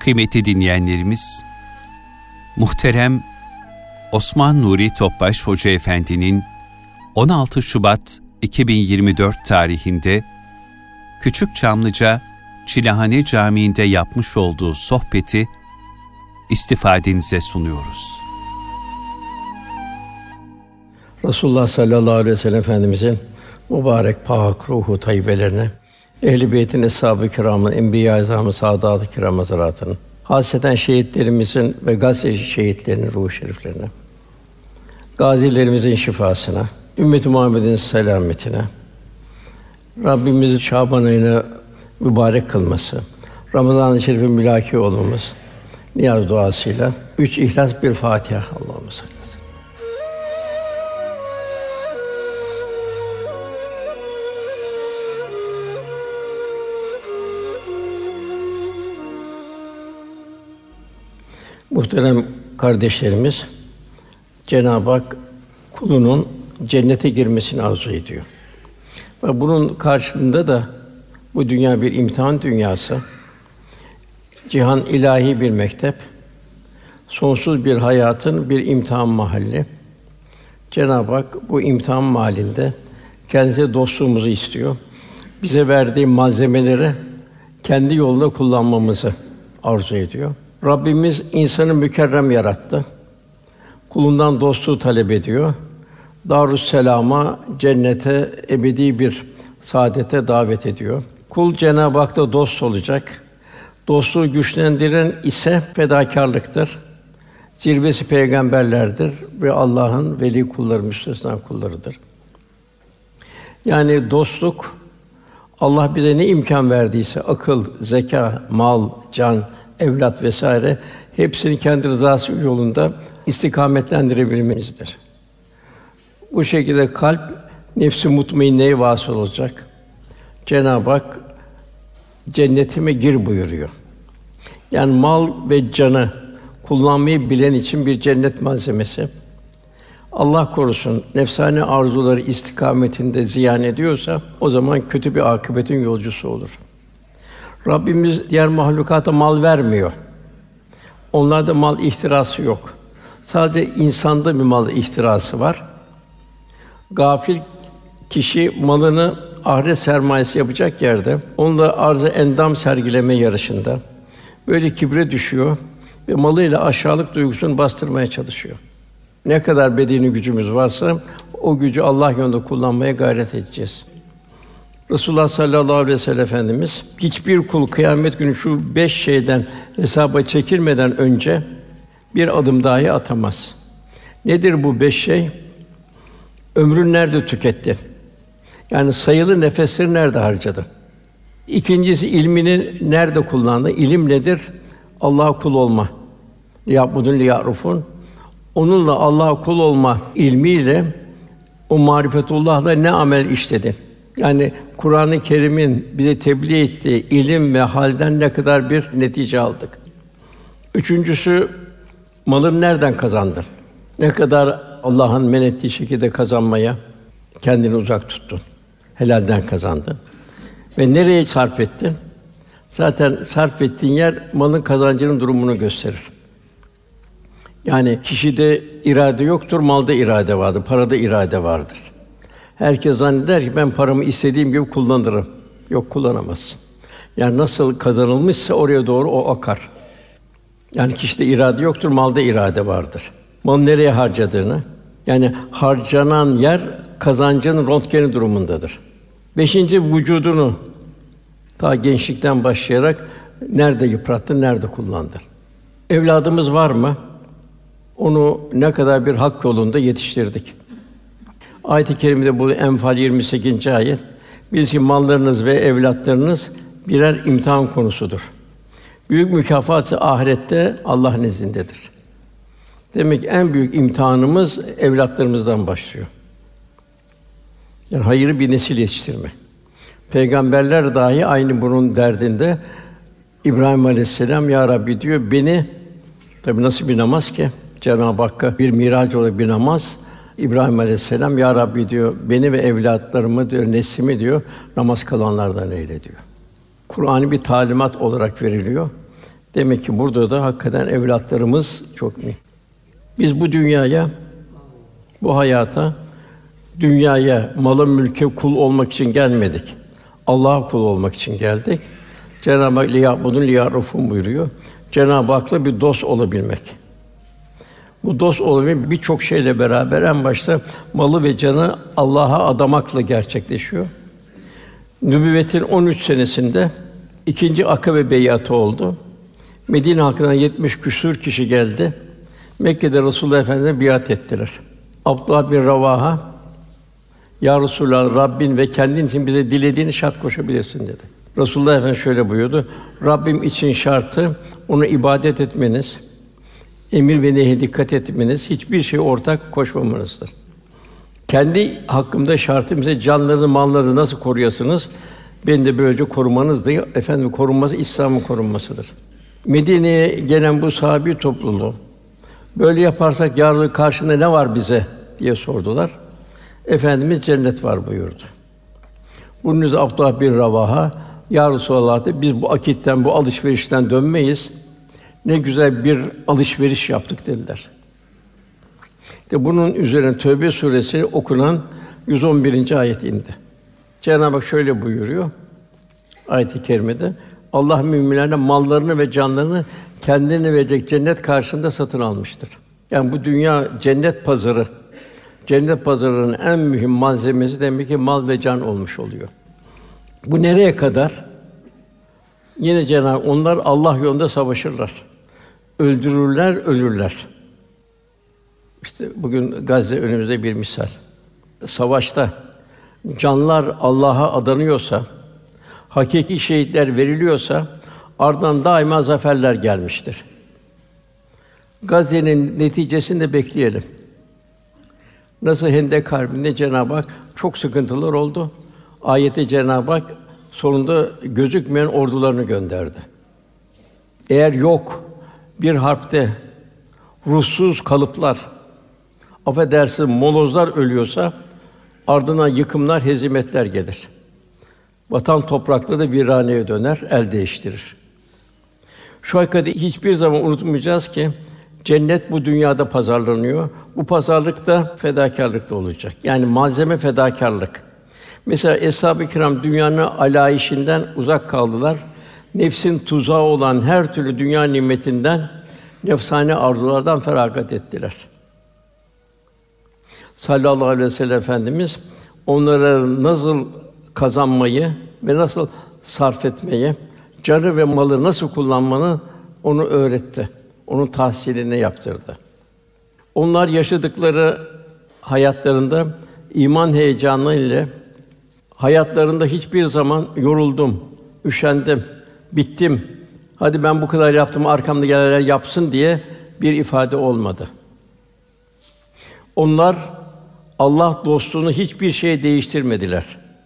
Kıymetli dinleyenlerimiz, muhterem Osman Nuri Topbaş Hoca Efendi'nin 16 Şubat 2024 tarihinde Küçükçamlıca Çilehane Camii'nde yapmış olduğu sohbeti istifadenize sunuyoruz. Resulullah sallallahu aleyhi ve sellem Efendimizin mübarek pak ruhu tayyibelerine, Ehl-i Beyt'in, Eshâb-ı Kirâm'ın, Enbiya-i Azâm'ın, Sâdât-ı Kirâm hazaratının, hasreten şehitlerimizin ve Gazze şehitlerinin ruhu şeriflerine, gazilerimizin şifasına, ümmet-i Muhammed'in selametine, Rabbimizin Şaban ayını mübarek kılması, Ramazan-ı Şerif'e mülâki olmamız niyaz duasıyla 3 İhlas, 1 Fâtiha. Allahümme salli. Muhterem kardeşlerimiz, Cenab-ı Hak kulunun cennete girmesini arzu ediyor. Ve bunun karşılığında da bu dünya bir imtihan dünyası, cihan ilahi bir mektep, sonsuz bir hayatın bir imtihan mahalli. Cenab-ı Hak bu imtihan mahallinde kendisine dostluğumuzu istiyor. Bize verdiği malzemeleri kendi yolunda kullanmamızı arzu ediyor. Rabbimiz insanı mükerrem yarattı. Kulundan dostluğu talep ediyor. Darüsselâm'a, cennete, ebedi bir saadete davet ediyor. Kul Cenab-ı Hak'ta dost olacak. Dostluğu güçlendiren ise fedakârlıktır. Zirvesi peygamberlerdir ve Allah'ın veli kulları, müstesna kullarıdır. Yani dostluk, Allah bize ne imkân verdiyse, akıl, zekâ, mal, can, evlat vesaire hepsini kendi rızası yolunda istikametlendirebilmenizdir. Bu şekilde kalp nefs-i mutmainneye vasıl olacak. Cenab-ı Hak cennetime gir buyuruyor. Yani mal ve canı kullanmayı bilen için bir cennet malzemesi. Allah korusun nefsani arzuları istikametinde ziyan ediyorsa o zaman kötü bir akıbetin yolcusu olur. Rabbimiz diğer mahlukata mal vermiyor. Onlarda mal ihtirası yok. Sadece insanda bir mal ihtirası var. Gafil kişi malını ahiret sermayesi yapacak yerde onunla arz-ı endam sergileme yarışında böyle kibre düşüyor ve malıyla aşağılık duygusunu bastırmaya çalışıyor. Ne kadar bedeni gücümüz varsa o gücü Allah yolunda kullanmaya gayret edeceğiz. Resulullah sallallahu aleyhi ve sellem Efendimiz hiçbir kul kıyamet günü şu 5 şeyden hesaba çekilmeden önce bir adım dahi atamaz. Nedir bu 5 şey? Ömrün nerede tüketti? Yani sayılı nefesleri nerede harcadı? İkincisi ilmini nerede kullandı? İlim nedir? Allah'a kul olma. Ya'budun liya'rufun. Onunla Allah'a kul olma ilmiyle o marifetullah'la ne amel işledin? Yani Kur'an-ı Kerim'in bize tebliğ ettiği ilim ve halden ne kadar bir netice aldık. Üçüncüsü, malını nereden kazandın? Ne kadar Allah'ın men ettiği şekilde kazanmaya kendini uzak tuttun? Helalden kazandın. Ve nereye sarf ettin? Zaten sarf ettiğin yer malın kazancının durumunu gösterir. Yani kişide irade yoktur, malda irade vardır, parada irade vardır. Herkes zanneder ki ben paramı istediğim gibi kullanırım. Yok, kullanamazsın. Yani nasıl kazanılmışsa oraya doğru o akar. Yani kişide irade yoktur, malda irade vardır. Malı nereye harcadığını, yani harcanan yer kazancın röntgeni durumundadır. 5. vücudunu ta gençlikten başlayarak nerede yıprattın, nerede kullandın? Evladımız var mı? Onu ne kadar bir hak yolunda yetiştirdik. Ayet-i kerimede bu Enfal 28. ayet, bilin ki mallarınız ve evlatlarınız birer imtihan konusudur. Büyük mükafatı ahirette Allah nezdindedir. Demek ki en büyük imtihanımız evlatlarımızdan başlıyor. Yani hayırlı bir nesil yetiştirme. Peygamberler dahi aynı bunun derdinde. İbrahim Aleyhisselam, Ya Rabbi diyor, beni, tabii nasıl bir namaz ki? Cenab-ı Hakk'a bir miraç olarak bir namaz. İbrahim Aleyhisselam, Ya Rabbi diyor, beni ve evlatlarımı diyor, neslimi diyor, namaz kılanlardan eyle diyor. Kur'an'ı bir talimat olarak veriliyor Demek ki burada da hakikaten evlatlarımız çok mühim. Biz bu dünyaya, bu hayata, dünyaya, mala mülke kul olmak için gelmedik. Allah'a kul olmak için geldik. Cenab-ı Hak liya'budun liya'rufun buyuruyor. Cenab-ı Hak'la bir dost olabilmek. Bu dost olabilmek birçok şeyle beraber en başta malı ve canı Allah'a adamakla gerçekleşiyor. Nübüvvetin 13 senesinde ikinci Akabe beyatı oldu. Medine halkından 70 küsur kişi geldi. Mekke'de Resulullah Efendimiz'e biat ettiler. Abdullah bin Ravaha, "Ya Resulallah, Rabbin ve kendin için bize dilediğini şart koşabilirsin." dedi. Resulullah Efendimiz şöyle buyurdu: "Rabbim için şartı ona ibadet etmeniz, emir ve nehy'e dikkat etmeniz, hiçbir şeye ortak koşmamanızdır. Kendi hakkımda şartım ise canlarını, mallarını nasıl koruyorsunuz? Beni de böylece korumanız da efendim korunması İslam'ın korunmasıdır." Medine'ye gelen bu sahabi topluluğu, "Böyle yaparsak yarın karşında ne var bize?" diye sordular. Efendimiz cennet var buyurdu. Bunun üzerine Abdullah bin Ravaha, "Ya Resulallah," dedi, "biz bu akitten, bu alışverişten dönmeyiz. Ne güzel bir alışveriş yaptık." dediler. İşte bunun üzerine Tövbe suresi okunan 111. ayet indi. Cenab-ı Hak şöyle buyuruyor ayet-i kerimede: "Allah müminlerden mallarını ve canlarını kendine verecek cennet karşılığında satın almıştır." Yani bu dünya cennet pazarı. Cennet pazarının en mühim malzemesi demek ki mal ve can olmuş oluyor. Bu nereye kadar? Yine Cenab-ı onlar Allah yolunda savaşırlar. Öldürürler, ölürler. İşte bugün Gazze önümüzde bir misal. Savaşta canlar Allah'a adanıyorsa, hakiki şehitler veriliyorsa ardından daima zaferler gelmiştir. Gazze'nin neticesini de bekleyelim. Nasıl Hendek Harbi'nde Cenab-ı Hak çok sıkıntılar oldu. Ayette Cenab-ı Hak sonunda gözükmeyen ordularını gönderdi. Eğer yok bir harpte ruhsuz kalıplar, affedersin molozlar ölüyorsa ardından yıkımlar, hezimetler gelir. Vatan toprakları da viraneye döner, el değiştirir. Şu hakikati hiçbir zaman unutmayacağız ki cennet bu dünyada pazarlanıyor. Bu pazarlık da fedakârlık da olacak. Yani malzeme fedakârlık. Mesela Eshab-ı Kiram dünyanın alayişinden uzak kaldılar. Nefsin tuzağı olan her türlü dünya nimetinden, nefsani arzulardan feragat ettiler. Sallallahu aleyhi ve sellem Efendimiz onlara nasıl kazanmayı ve nasıl sarf etmeyi, canı ve malı nasıl kullanmanı onu öğretti. Onun tahsilini yaptırdı. Onlar yaşadıkları hayatlarında iman heyecanı ile hayatlarında hiçbir zaman yoruldum, üşendim, bittim. Hadi ben bu kadar yaptım, arkamda gelenler yapsın diye bir ifade olmadı. Onlar Allah dostluğunu hiçbir şeye değiştirmediler.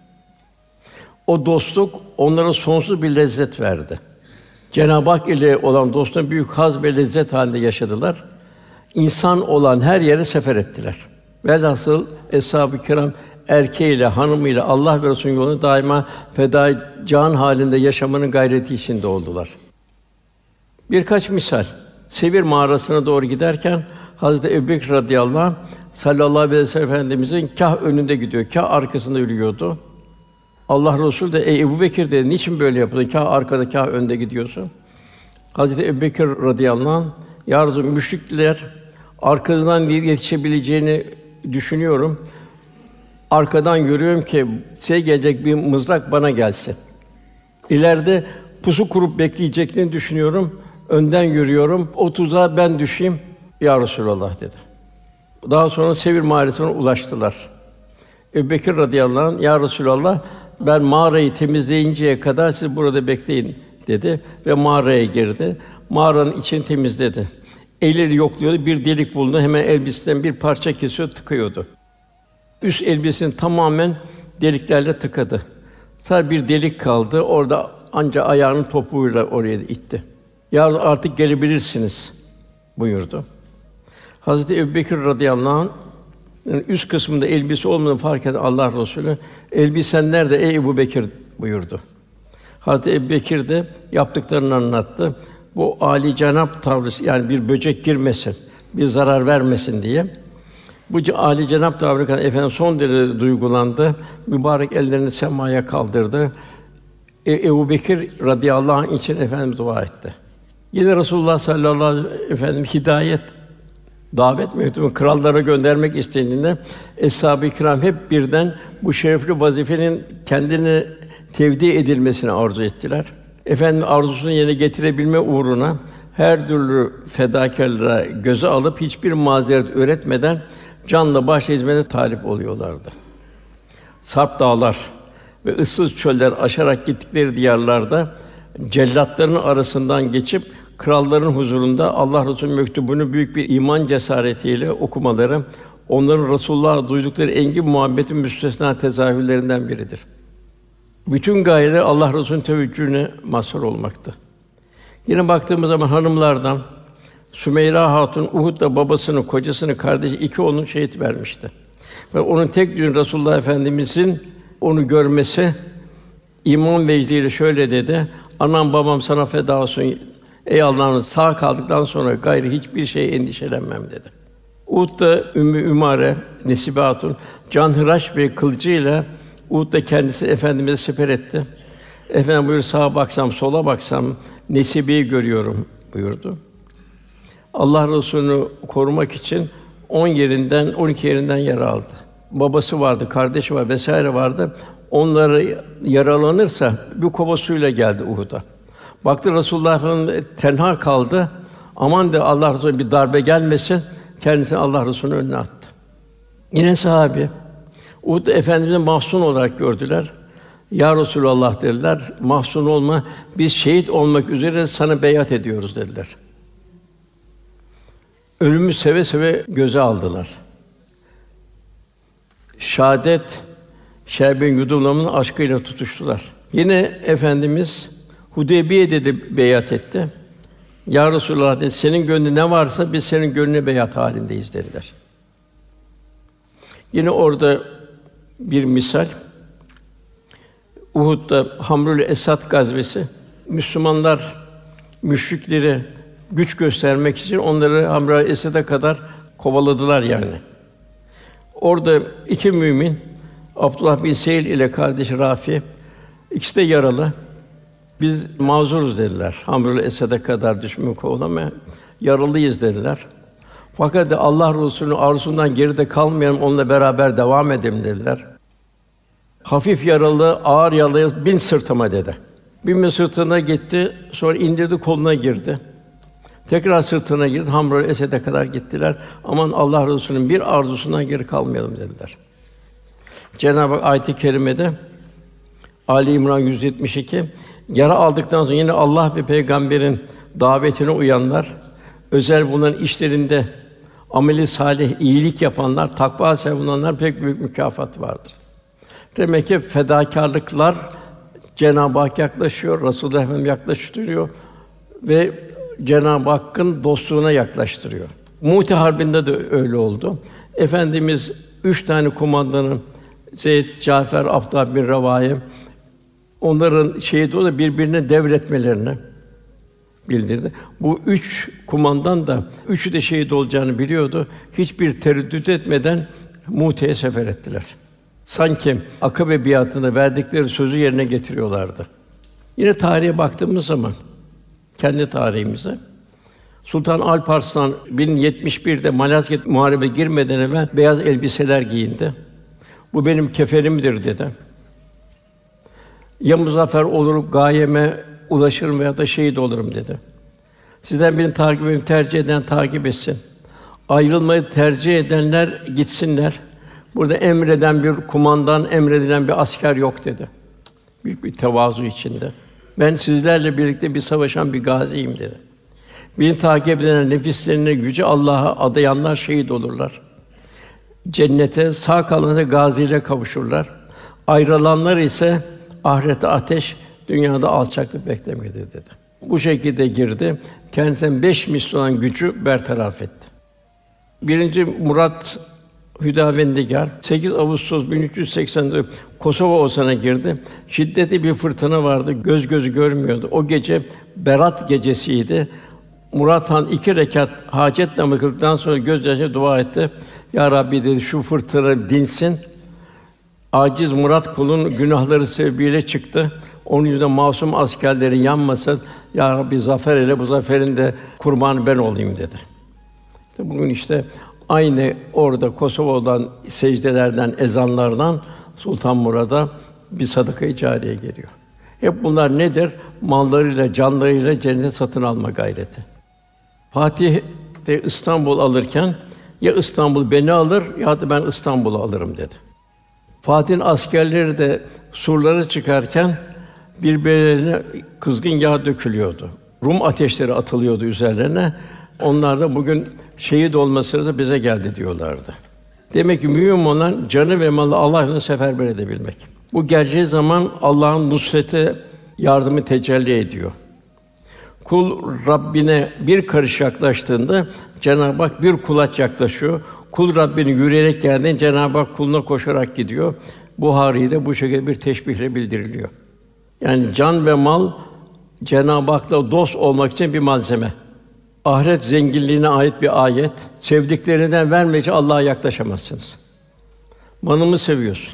O dostluk onlara sonsuz bir lezzet verdi. Cenab-ı Hak ile olan dostluğun büyük haz ve lezzet halinde yaşadılar. İnsan olan her yere sefer ettiler. Velhasıl Eshab-ı Kiram erkeğiyle, hanımıyla Allah ve Resulü'nün yolunu daima feda can halinde yaşamanın gayreti içinde oldular. Birkaç misal. Sevir mağarasına doğru giderken Hazreti Ebubekir radıyallahu anh sallallahu aleyhi ve sellem Efendimizin kâh önünde gidiyor, kâh arkasında yürüyordu. Allah Resulü de "Ey Ebubekir," dedi, "niçin böyle yapıyorsun? Kâh arkada, kâh önde gidiyorsun?" Hazreti Ebubekir radıyallahu anh, "Ya Resulallah, müşrikler arkadan yetişebileceğini düşünüyorum. Arkadan yürüyorum ki gelecek bir mızrak bana gelsin. İleride pusu kurup bekleyeceklerini düşünüyorum. Önden yürüyorum. O tuzağa ben düşeyim." "Ya Resulallah," dedi. Daha sonra Sevir mağarasına ulaştılar. Ebubekir radıyallahu anh, "Ya Resulallah, ben mağarayı temizleyinceye kadar siz burada bekleyin," dedi ve mağaraya girdi. Mağaranın içini temizledi. Elleri yokluyordu, bir delik buldu. Hemen elbisesinden bir parça kesiyor, tıkıyordu. Üst elbisesini tamamen deliklerle tıkadı. Sadece bir delik kaldı. Orada ancak ayağının topuğuyla oraya itti. "Ya artık gelebilirsiniz," buyurdu. Hazreti Ebubekir radıyallahu anh üst kısmında elbise olmadığını fark eden Allah Resulü, "Elbisen nerede ey Ebubekir?" buyurdu. Hazreti Ebubekir de yaptıklarını anlattı. bu âli-cenap tavrı, yani bir böcek girmesin, bir zarar vermesin diye bu âli-cenap tavrı kadar Efendimiz son derece duygulandı. Mübarek ellerini semaya kaldırdı. Ebubekir radıyallahu anh için Efendimiz dua etti. Yine Resulullah sallallahu aleyhi ve sellem hidayet davet mektubu krallara göndermek istendiğinde eshab-ı kiram hep birden bu şerefli vazifenin kendine tevdi edilmesini arzu ettiler. Efendimiz arzusunu yerine getirebilme uğruna her türlü fedakârlığa göze alıp hiçbir mazeret üretmeden canla başla hizmete talip oluyorlardı. Sarp dağlar ve ıssız çöller aşarak gittikleri diyarlarda cellatların arasından geçip kralların huzurunda Allah Resulü mektubunu büyük bir iman cesaretiyle okumaları onların Resulullah'a duydukları engin muhabbetin müstesna tezahürlerinden biridir. Bütün gayeler Allah Resulü'nün teveccühüne mazhar olmaktı. Yine baktığımız zaman hanımlardan Sümeyra Hatun Uhud'da babasını, kocasını, kardeşi iki oğlunu şehit vermişti. Ve onun tek düğün Resulullah Efendimizin onu görmesi iman vecdiyle şöyle dedi: "Anam babam sana feda olsun. Ey Allah'ım, sağ kaldıktan sonra gayrı hiçbir şeye endişelenmem." dedi. Uhud'da Ümmü Ümare, Nesibe Hatun, canhıraş ve kılıcıyla Uhud'da kendisi Efendimiz'e siper etti. Efendim buyur, sağa baksam, sola baksam Nesibe'yi görüyorum buyurdu. Allah Resulü'nü korumak için 12 yerinden yara aldı. Babası vardı, kardeşi var vesaire vardı. Onları yaralanırsa bir kova suyla geldi Uhud'a. Baktı Resulullah Efendimiz tenha kaldı. Aman de Allah Resulü bir darbe gelmesin. Kendisini Allah Resulü'nün önüne attı. Yine sahabe Uhud Efendimiz'i mahzun olarak gördüler. Ya Resulallah dediler, mahzun olma, biz şehit olmak üzere sana beyat ediyoruz dediler. Ölümü seve seve göze aldılar. Şahâdet, Şerb-i Yudumlam'ın aşkıyla tutuştular. Yine Efendimiz Hudeybiye'de de beyat etti. Ya Resulallah dedi, senin gönlünde ne varsa biz senin gönlüne beyat halindeyiz dediler. Yine orada bir misal, Uhud'da Hamrul Esad gazvesi, Müslümanlar müşrikleri güç göstermek için onları Hamrul Esad'a kadar kovaladılar yani. Orada iki mümin, Abdullah bin Seyl ile kardeşi Rafi, ikisi de yaralı. Biz mazuruz dediler. Hamrul Esad'a kadar düşmanı kovalamaya yaralıyız dediler. Fakat Allah Resulü'nün arzusundan geride kalmayalım, onunla beraber devam edelim dediler. Hafif yaralı, ağır yaralı bin sırtıma dedi. Bin sırtına gitti, sonra indirdi koluna girdi. Tekrar sırtına girdi, Hamrul Esad'a kadar gittiler. Aman Allah Resulü'nün bir arzusundan geri kalmayalım dediler. Cenab-ı Hak ayet-i kerimede Ali İmran 172 yara aldıktan sonra yine Allah ve peygamberin davetine uyanlar, özel bunların işlerinde ameli salih, iyilik yapanlar, takva sahibi olanlar pek büyük mükafat vardır. Demek ki fedakârlıklar Cenab-ı Hak yaklaşıyor, Resulullah Efendimiz yaklaştırıyor ve Cenab-ı Hakk'ın dostluğuna yaklaştırıyor. Mu'te Harbi'nde de öyle oldu. Efendimiz 3 tane kumandanın Zeyd, Cafer, Abdullah bin Revaye onların şehit olup birbirine devretmelerini bildirdi. Bu 3 kumandan da üçü de şehit olacağını biliyordu. Hiçbir tereddüt etmeden Mu'te'ye sefer ettiler. Sanki Akabe biatında verdikleri sözü yerine getiriyorlardı. Yine tarihe baktığımız zaman kendi tarihimize Sultan Alp Arslan 1071'de Malazgirt Muharebeye girmeden evvel beyaz elbiseler giyindi. Bu benim kefenimdir dedi. Ya muzaffer olurum, gayeme ulaşırım veya da şehit olurum dedi. Sizden birini takip edin, tercih eden takip etsin. Ayrılmayı tercih edenler gitsinler. Burada emreden bir kumandan, emredilen bir asker yok dedi. Büyük bir tevazu içinde. Ben sizlerle birlikte bir savaşan bir gaziyim dedi. Beni takip edenler nefislerine yüce Allah'a adayanlar şehit olurlar. Cennete sağ kalanlar gaziyle kavuşurlar. Ayrılanlar ise ahirete ateş, dünyada alçaklık beklemektedir dedi. Bu şekilde girdi. Kendisinden 5 misli olan gücü bertaraf etti. 1. Murat Hüdavendigar 8 Ağustos 1380'de Kosova Osan'a girdi. Şiddetli bir fırtına vardı. Göz gözü görmüyordu. O gece Berat gecesiydi. Murat Han 2 rekat hacet namazı kıldıktan sonra gözyaşıyla dua etti. Ya Rabbi dedi, şu fırtına dinsin. Aciz Murat kulun günahları sebebiyle çıktı. Onun yüzünden masum askerlerin yanmasın. Ya Rabbi zafer eyle, bu zaferin de kurbanı ben olayım dedi. İşte bugün işte aynı orada Kosova'dan secdelerden, ezanlardan Sultan Murad'a bir sadaka-i cariye geliyor. Hep bunlar nedir? Mallarıyla, canlarıyla cennet satın alma gayreti. Fatih de İstanbul alırken ya İstanbul beni alır ya da ben İstanbul'u alırım dedi. Fatih'in askerleri de surlara çıkarken birbirlerine kızgın yağ dökülüyordu. Rum ateşleri atılıyordu üzerlerine. Onlar da bugün şehit olması da bize geldi diyorlardı. Demek ki mühim olan canı ve malı Allah yolunda seferber edebilmek. Bu gerçeği zaman Allah'ın nusreti, yardımı tecelli ediyor. Kul Rabbine bir karış yaklaştığında Cenab-ı Hak bir kulaç yaklaşıyor. Kul Rabbine yürüyerek geldiğinde Cenab-ı Hak kuluna koşarak gidiyor. Buhari'de de bu şekilde bir teşbihle bildiriliyor. Yani can ve mal Cenab-ı Hak'la dost olmak için bir malzeme. Ahiret zenginliğine ait bir ayet. Sevdiklerinden vermeyince Allah'a yaklaşamazsınız. Malını mı seviyorsun?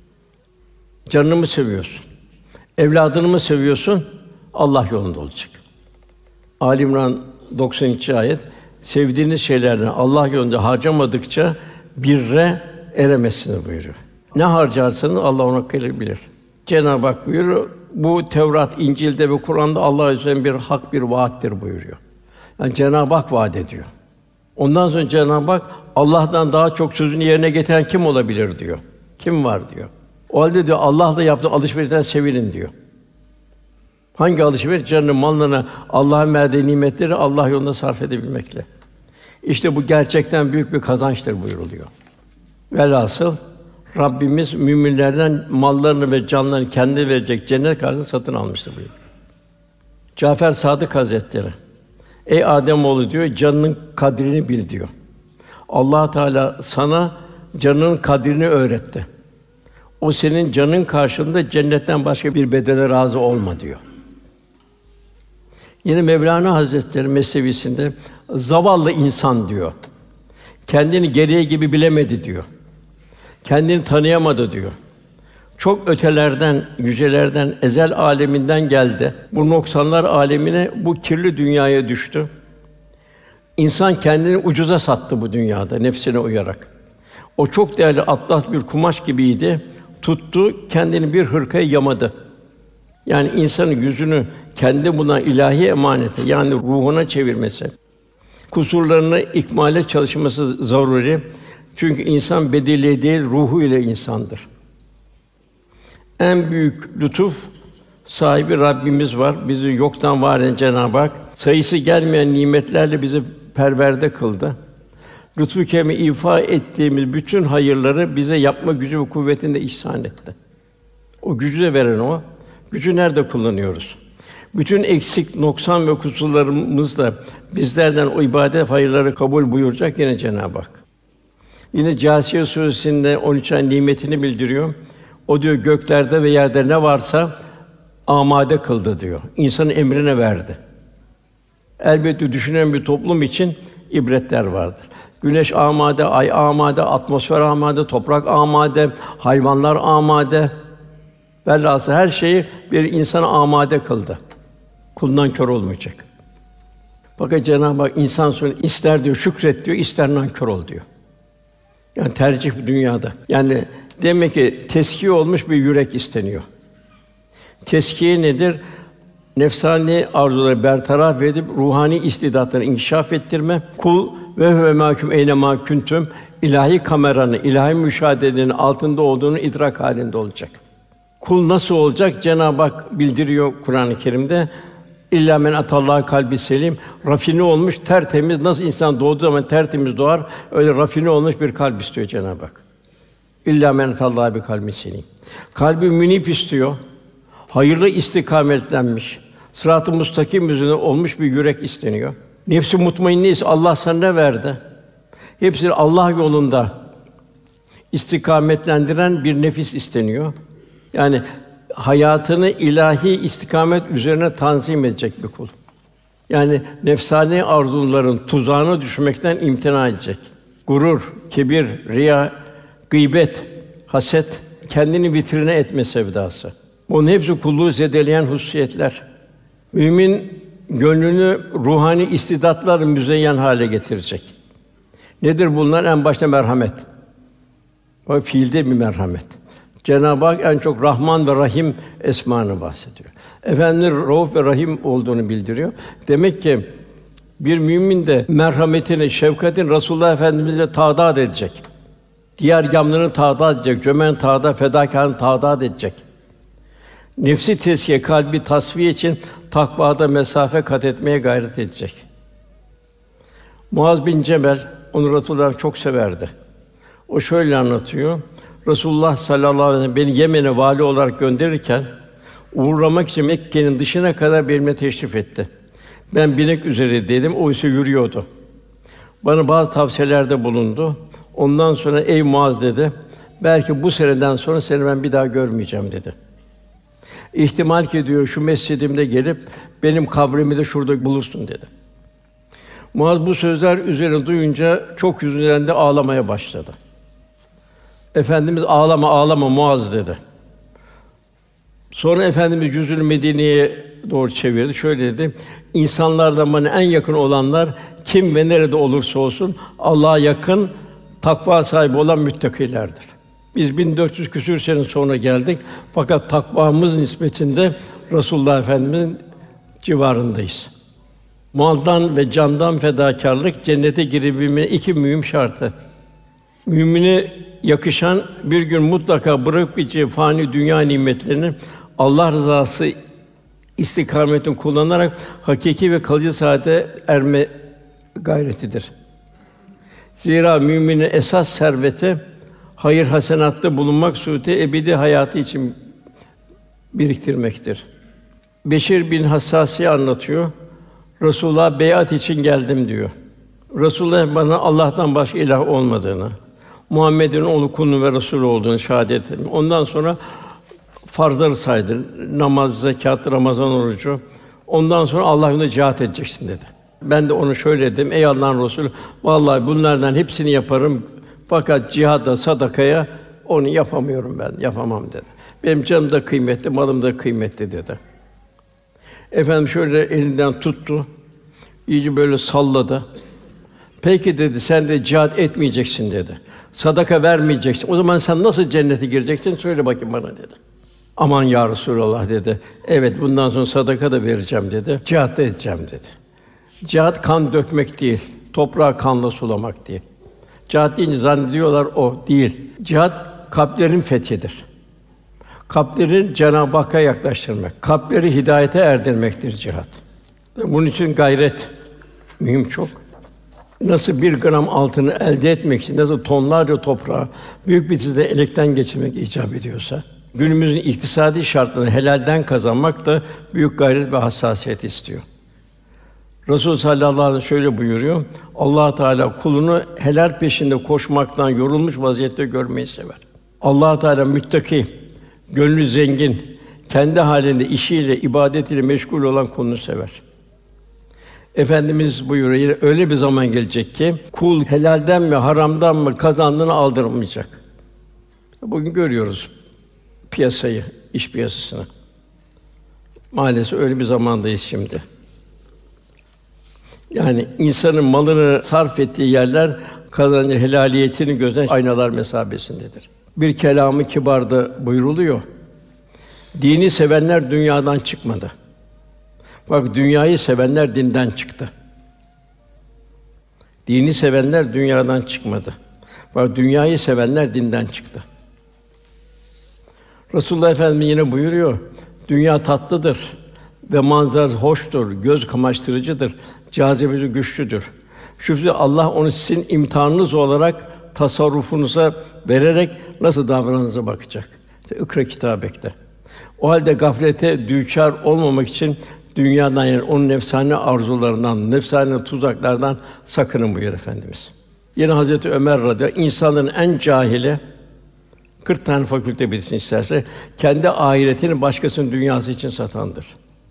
Canını mı seviyorsun? Evladını mı seviyorsun? Allah yolunda olacak. Ali İmran 92. ayet. Sevdiğiniz şeylerden Allah yolunda harcamadıkça birre eremezsiniz buyuruyor. Ne harcarsanız Allah onu hakkıyla bilir. Cenab-ı Hak buyuruyor, bu Tevrat, İncil'de ve Kur'an'da Allah Azze bir hak bir vaattir buyuruyor. Yani Cenab-ı Hak vaat ediyor. Ondan sonra Cenab-ı Hak Allah'tan daha çok sözünü yerine getiren kim olabilir diyor. Kim var diyor. O halde diyor Allah'la yaptığı alışverişten sevinin diyor. Hangi alışveriş? Canını, malını, Allah'ın verdiği nimetleri Allah yolunda sarf edebilmekle. İşte bu gerçekten büyük bir kazançtır buyuruluyor. Velhasıl Rabbimiz müminlerden mallarını ve canlarını kendi verecek cennet karşılığında satın almıştır buyuruyor. Cafer Sadık Hazretleri, ey Âdemoğlu diyor, canının kadrini bil diyor. Allah Teala sana canının kadrini öğretti. O senin canın karşılığında cennetten başka bir bedele razı olma diyor. Yine Mevlana Hazretleri Mesnevisinde zavallı insan diyor. Kendini geriye gibi bilemedi diyor. Kendini tanıyamadı diyor. Çok ötelerden, yücelerden, ezel aleminden geldi. Bu noksanlar alemine, bu kirli dünyaya düştü. İnsan kendini ucuza sattı bu dünyada nefsine uyarak. O çok değerli atlas bir kumaş gibiydi. Tuttu, kendini bir hırkaya yamadı. Yani insanın yüzünü kendi buna ilahi emanete, yani ruhuna çevirmesi, kusurlarını ikmale çalışması zaruri. Çünkü insan bedeliyle değil, ruhu ile insandır. En büyük lütuf sahibi Rabbimiz var. Bizi yoktan var eden Cenab-ı Hak sayısı gelmeyen nimetlerle bizi perverde kıldı. Lütfü kerem'i ifa ettiğimiz bütün hayırları bize yapma gücü ve kuvvetini de ihsan etti. O gücü de veren o. Gücü nerede kullanıyoruz? Bütün eksik, noksan ve kusurlarımızla bizlerden o ibadet hayırları kabul buyuracak yine Cenab-ı Hak. Yine Câsiye Suresi'nde 13 ay nimetini bildiriyor. O diyor göklerde ve yerde ne varsa amade kıldı diyor. İnsanın emrine verdi. Elbette düşünen bir toplum için ibretler vardır. Güneş amade, ay amade, atmosfer amade, toprak amade, hayvanlar amade. Velhâsıl her şeyi bir insana amade kıldı. Kuldan kör olmayacak. Fakat Cenab-ı Hak insan sonra ister diyor şükret diyor, ister nankör ol diyor. Yani tercih bu dünyada. Yani demek ki teskiye olmuş bir yürek isteniyor. Teskiye nedir? Nefsani arzuları bertaraf edip ruhani istidatları inkişaf ettirme. Kul ve huve mâkûm eyne mâ kuntum ilahi kameranın, ilahi müşahedenin altında olduğunu idrak halinde olacak. Kul nasıl olacak? Cenab-ı Hak bildiriyor Kur'an-ı Kerim'de. İllâ men atallâhe kalbi selim, rafine olmuş, tertemiz, nasıl insan doğduğu zaman tertemiz doğar, öyle rafine olmuş bir kalp istiyor Cenab-ı Hak. İllâ men atallâhe bi kalbin selim. Kalbi münip istiyor, hayırlı istikametlenmiş, sırat-ı müstakim üzerine olmuş bir yürek isteniyor. Nefs-i mutmainne ise Allah sana ne verdi? Hepsini Allah yolunda istikametlendiren bir nefis isteniyor. Yani hayatını ilahi istikamet üzerine tanzim edecek bir kul. Yani nefsani arzuların tuzağına düşmekten imtina edecek. Gurur, kibir, riya, gıybet, haset, kendini vitrine etme sevdası. Bunun hepsi kulluğu zedeleyen hususiyetler. Mümin gönlünü ruhani istidatlarla müzeyyen hale getirecek. Nedir bunlar? En başta merhamet. O fiilde bir merhamet. Cenab-ı Hak en çok Rahman ve Rahim esmanı bahsediyor. Efendimiz Rauf ve Rahim olduğunu bildiriyor. Demek ki bir mümin de merhametini, şefkatini Resulullah Efendimiz'le taadat edecek. Diğer gamlarını taadat edecek, cömert taadat, fedakârını taadat edecek. Nefsi tezkiye, kalbi tasfiye için takvada mesafe kat etmeye gayret edecek. Muaz bin Cebel, onu Resulullah çok severdi. O şöyle anlatıyor. Resulullah sallallahu aleyhi ve sellem beni Yemen'e vali olarak gönderirken uğramak için Mekke'nin dışına kadar benimle teşrif etti. Ben binek üzerindeydim, o ise yürüyordu. Bana bazı tavsiyelerde bulundu. Ondan sonra ey Muaz dedi, belki bu seneden sonra seni ben bir daha görmeyeceğim dedi. İhtimal ki diyor şu mescidimde gelip benim kabrimi de şurada bulursun dedi. Muaz bu sözler üzerine duyunca çok hüzünlendi, ağlamaya başladı. Efendimiz ağlama ağlama Muaz dedi. Sonra Efendimiz yüzünü Medine'ye doğru çevirdi. Şöyle dedi: İnsanlardan bana en yakın olanlar kim ve nerede olursa olsun Allah'a yakın, takva sahibi olan müttakilerdir. Biz 1400 küsur sene sonra geldik fakat takvamız nispetinde Resulullah Efendimiz'in civarındayız. Maldan ve candan fedakârlık cennete girebilmenin iki mühim şartı. Mümine yakışan bir gün mutlaka bırakıp gideceği fani dünya nimetlerini Allah rızası istikametini kullanarak hakiki ve kalıcı saadete erme gayretidir. Zira müminin esas serveti hayır hasenatta bulunmak suretiyle ebedi hayatı için biriktirmektir. Beşir bin Hassâsî anlatıyor. Resulullah beyat için geldim diyor. Resulullah bana Allah'tan başka ilah olmadığını, Muhammed'in oğlu, kulu ve Resulü olduğunu şahaadet ettim. Ondan sonra farzları saydı. Namaz, zekat, Ramazan orucu. Ondan sonra Allah yolunda cihat edeceksin dedi. Ben de onu şöyle dedim: Ey Allah'ın Resulü, vallahi bunlardan hepsini yaparım fakat cihada, sadakaya onu yapamıyorum ben, yapamam dedi. Benim canım da kıymetli, malım da kıymetli dedi. Efendim şöyle elinden tuttu, iyice böyle salladı. Peki dedi, sen de cihat etmeyeceksin dedi. Sadaka vermeyeceksin. O zaman sen nasıl cennete gireceksin? Söyle bakayım bana dedi. Aman ya Resulallah dedi. Evet, bundan sonra sadaka da vereceğim dedi. Cihat da edeceğim dedi. Cihat kan dökmek değil, toprağı kanla sulamak değil. Cihat deyince zannediyorlar o değil. Cihat kalplerin fethidir. Kalplerin Cenab-ı Hakk'a yaklaştırmak, kalpleri hidayete erdirmektir cihat. Bunun için gayret mühim çok. Nasıl 1 gram altını elde etmek için, nasıl tonlarca toprağı büyük bir tizde elekten geçirmek icap ediyorsa, günümüzün iktisadi şartlarını helalden kazanmak da büyük gayret ve hassasiyet istiyor. Resul sallallahu aleyhi ve sellem şöyle buyuruyor: Allah Teala kulunu helal peşinde koşmaktan yorulmuş vaziyette görmeyi sever. Allah Teala müttaki, gönlü zengin, kendi halinde işiyle, ibadetiyle meşgul olan kulunu sever. Efendimiz buyuruyor, yine öyle bir zaman gelecek ki kul helalden mi haramdan mı kazandığını aldırmayacak. Bugün görüyoruz piyasayı, iş piyasasını. Maalesef öyle bir zamandayız şimdi. Yani insanın malını sarf ettiği yerler kazancı helaliyetini gösteren aynalar mesabesindedir. Bir kelamı kibarda buyruluyor. Dini sevenler dünyadan çıkmadı. Bak, dünyayı sevenler dinden çıktı. Dini sevenler dünyadan çıkmadı. Bak, dünyayı sevenler dinden çıktı. Resulullah Efendimiz yine buyuruyor: dünya tatlıdır ve manzarası hoştur, göz kamaştırıcıdır, cazibesi güçlüdür. Şüphesiz Allah onu sizin imtihanınız olarak tasarrufunuza vererek nasıl davranacağınıza bakacak. İşte İkra kitabekte. O halde gaflete düçar olmamak için dünyadan, yani onun nefsani arzularından, nefsani tuzaklardan sakının buyuruyor Efendimiz. Yine Hazreti Ömer radıyallahu anh, insanların en cahili 40 tane fakülte bitirsin isterse, kendi ahiretini başkasının dünyası için satandır.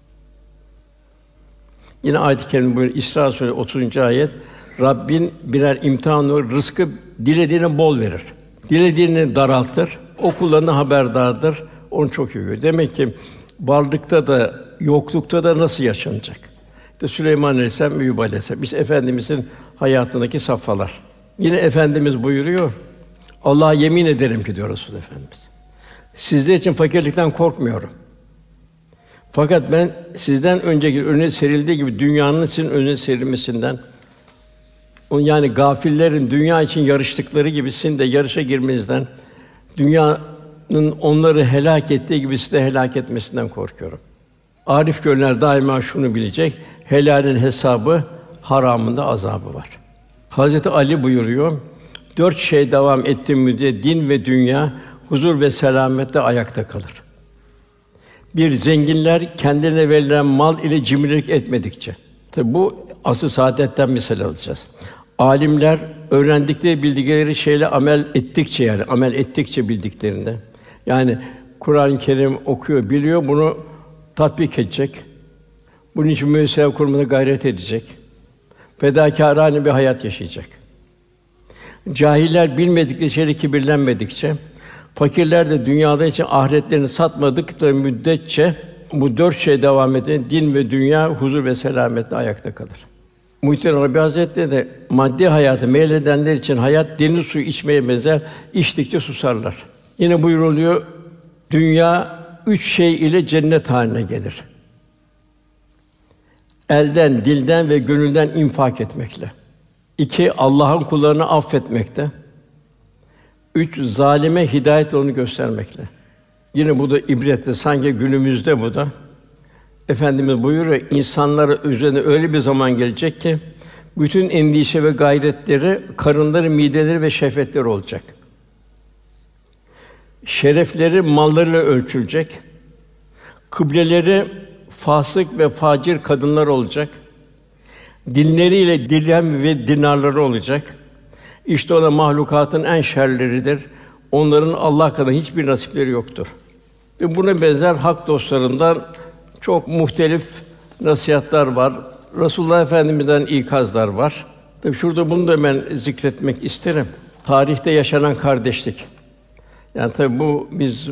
Yine ayet-i kerime buyuruyor, İsra Suresi 30. ayet, Rabbin birer imtihan, rızkı dilediğine bol verir. Dilediğini daraltır. O kullarına haberdardır. Onu çok iyi görüyor. Demek ki varlıkta da yoklukta da nasıl yaşanacak? İşte Süleyman Aleyhisselam, Eyyûb Aleyhisselam. Biz Efendimizin hayatındaki safhalar. Yine Efendimiz buyuruyor. Allah'a yemin ederim ki diyor Resul Efendimiz. Sizler için fakirlikten korkmuyorum. Fakat ben sizden önceki önüne serildiği gibi dünyanın sizin önüne serilmesinden, yani gafillerin dünya için yarıştıkları gibi sizin de yarışa girmenizden, dünyanın onları helak ettiği gibi sizi de helak etmesinden korkuyorum. Arif gönüller daima şunu bilecek: helalin hesabı, haramın da azabı var. Hazreti Ali buyuruyor: 4 şey devam etti müddetçe din ve dünya huzur ve selamette ayakta kalır. Bir, zenginler kendilerine verilen mal ile cimrilik etmedikçe. Tabi bu asıl saadetten misal alacağız. Alimler öğrendikleri, bildikleri şeyle amel ettikçe, yani amel ettikçe bildiklerinde, yani Kur'an-ı Kerim okuyor, biliyor, bunu tatbik edecek. Bunun için müessese kurmaya gayret edecek. Fedakârane bir hayat yaşayacak. Cahiller bilmedikleri şeyle kibirlenmedikçe, fakirler de dünyada için ahiretlerini satmadıkları müddetçe bu 4 şey devam eden din ve dünya huzur ve selametle ayakta kalır. Muhittin Arabi Hazretleri de maddi hayatı meyledenler için hayat deniz suyu içmeye benzer, içtikçe susarlar. Yine buyuruluyor, dünya 3 şey ile cennet haline gelir. Elden, dilden ve gönülden infak etmekle. 2, Allah'ın kullarını affetmekte. 3, zalime hidayet yolunu göstermekle. Yine bu da ibretli, sanki günümüzde bu da. Efendimiz buyuruyor, insanlara üzerine öyle bir zaman gelecek ki bütün endişe ve gayretleri karınları, mideleri ve şehvetleri olacak. Şerefleri mallarıyla ölçülecek. Kıbleleri fasık ve facir kadınlar olacak. Dinleriyle dirhem ve dinarları olacak. İşte o da mahlukatın en şerleridir. Onların Allah kadar hiçbir nasipleri yoktur. Ve buna benzer hak dostlarından çok muhtelif nasihatler var. Resulullah Efendimiz'den ikazlar var. Tabii şurada bunu da ben zikretmek isterim. Tarihte yaşanan kardeşlik. Yani tabii bu biz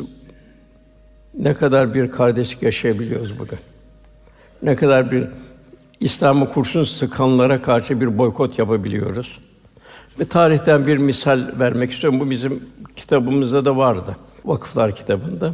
ne kadar bir kardeşlik yaşayabiliyoruz bugün. Ne kadar bir İslam'ı kurşun sıkanlara karşı bir boykot yapabiliyoruz. Ve tarihten bir misal vermek istiyorum. Bu bizim kitabımızda da vardı. Vakıflar kitabında.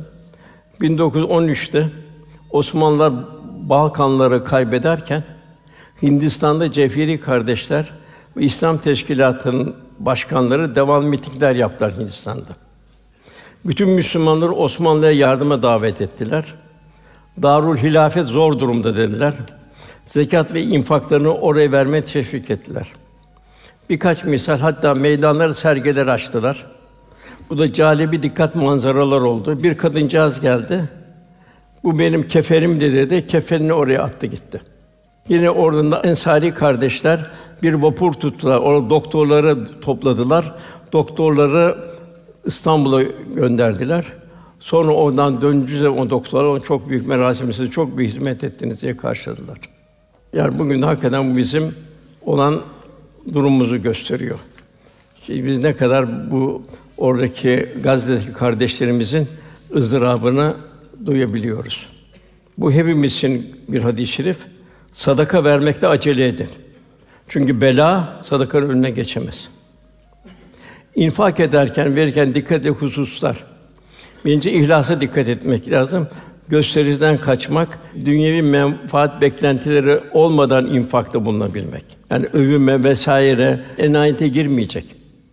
1913'te Osmanlılar Balkanları kaybederken Hindistan'da Ceferi kardeşler ve İslam Teşkilatı'nın başkanları devamlı mitingler yaptılar Hindistan'da. Bütün Müslümanları Osmanlı'ya yardıma davet ettiler. Darul Hilafet zor durumda dediler. Zekat ve infaklarını oraya vermeye teşvik ettiler. Birkaç misal, hatta meydanlara sergiler açtılar. Bu da câlibi dikkat manzaralar oldu. Bir kadıncağız geldi. Bu benim kefenimdi dedi. Kefenini oraya attı gitti. Yine oradan da Ensari kardeşler bir vapur tuttular. Orada doktorları topladılar. Doktorları İstanbul'a gönderdiler. Sonra oradan döndüğünde o doktorlar ona çok büyük merasimle çok büyük hizmet ettiniz diye karşıladılar. Yani bugün de hakikaten bu bizim olan durumumuzu gösteriyor. Şimdi biz ne kadar bu oradaki Gazze'deki kardeşlerimizin ızdırabını duyabiliyoruz. Bu hepimiz için bir hadis-i şerif. Sadaka vermekte acele edin. Çünkü bela sadakanın önüne geçemez. İnfak ederken, verirken dikkat edecek hususlar. Birinci, ihlasa dikkat etmek lazım. Göstericiden kaçmak, dünyevi menfaat beklentileri olmadan infakta bulunabilmek. Yani övünme vesaire enayete girmeyecek.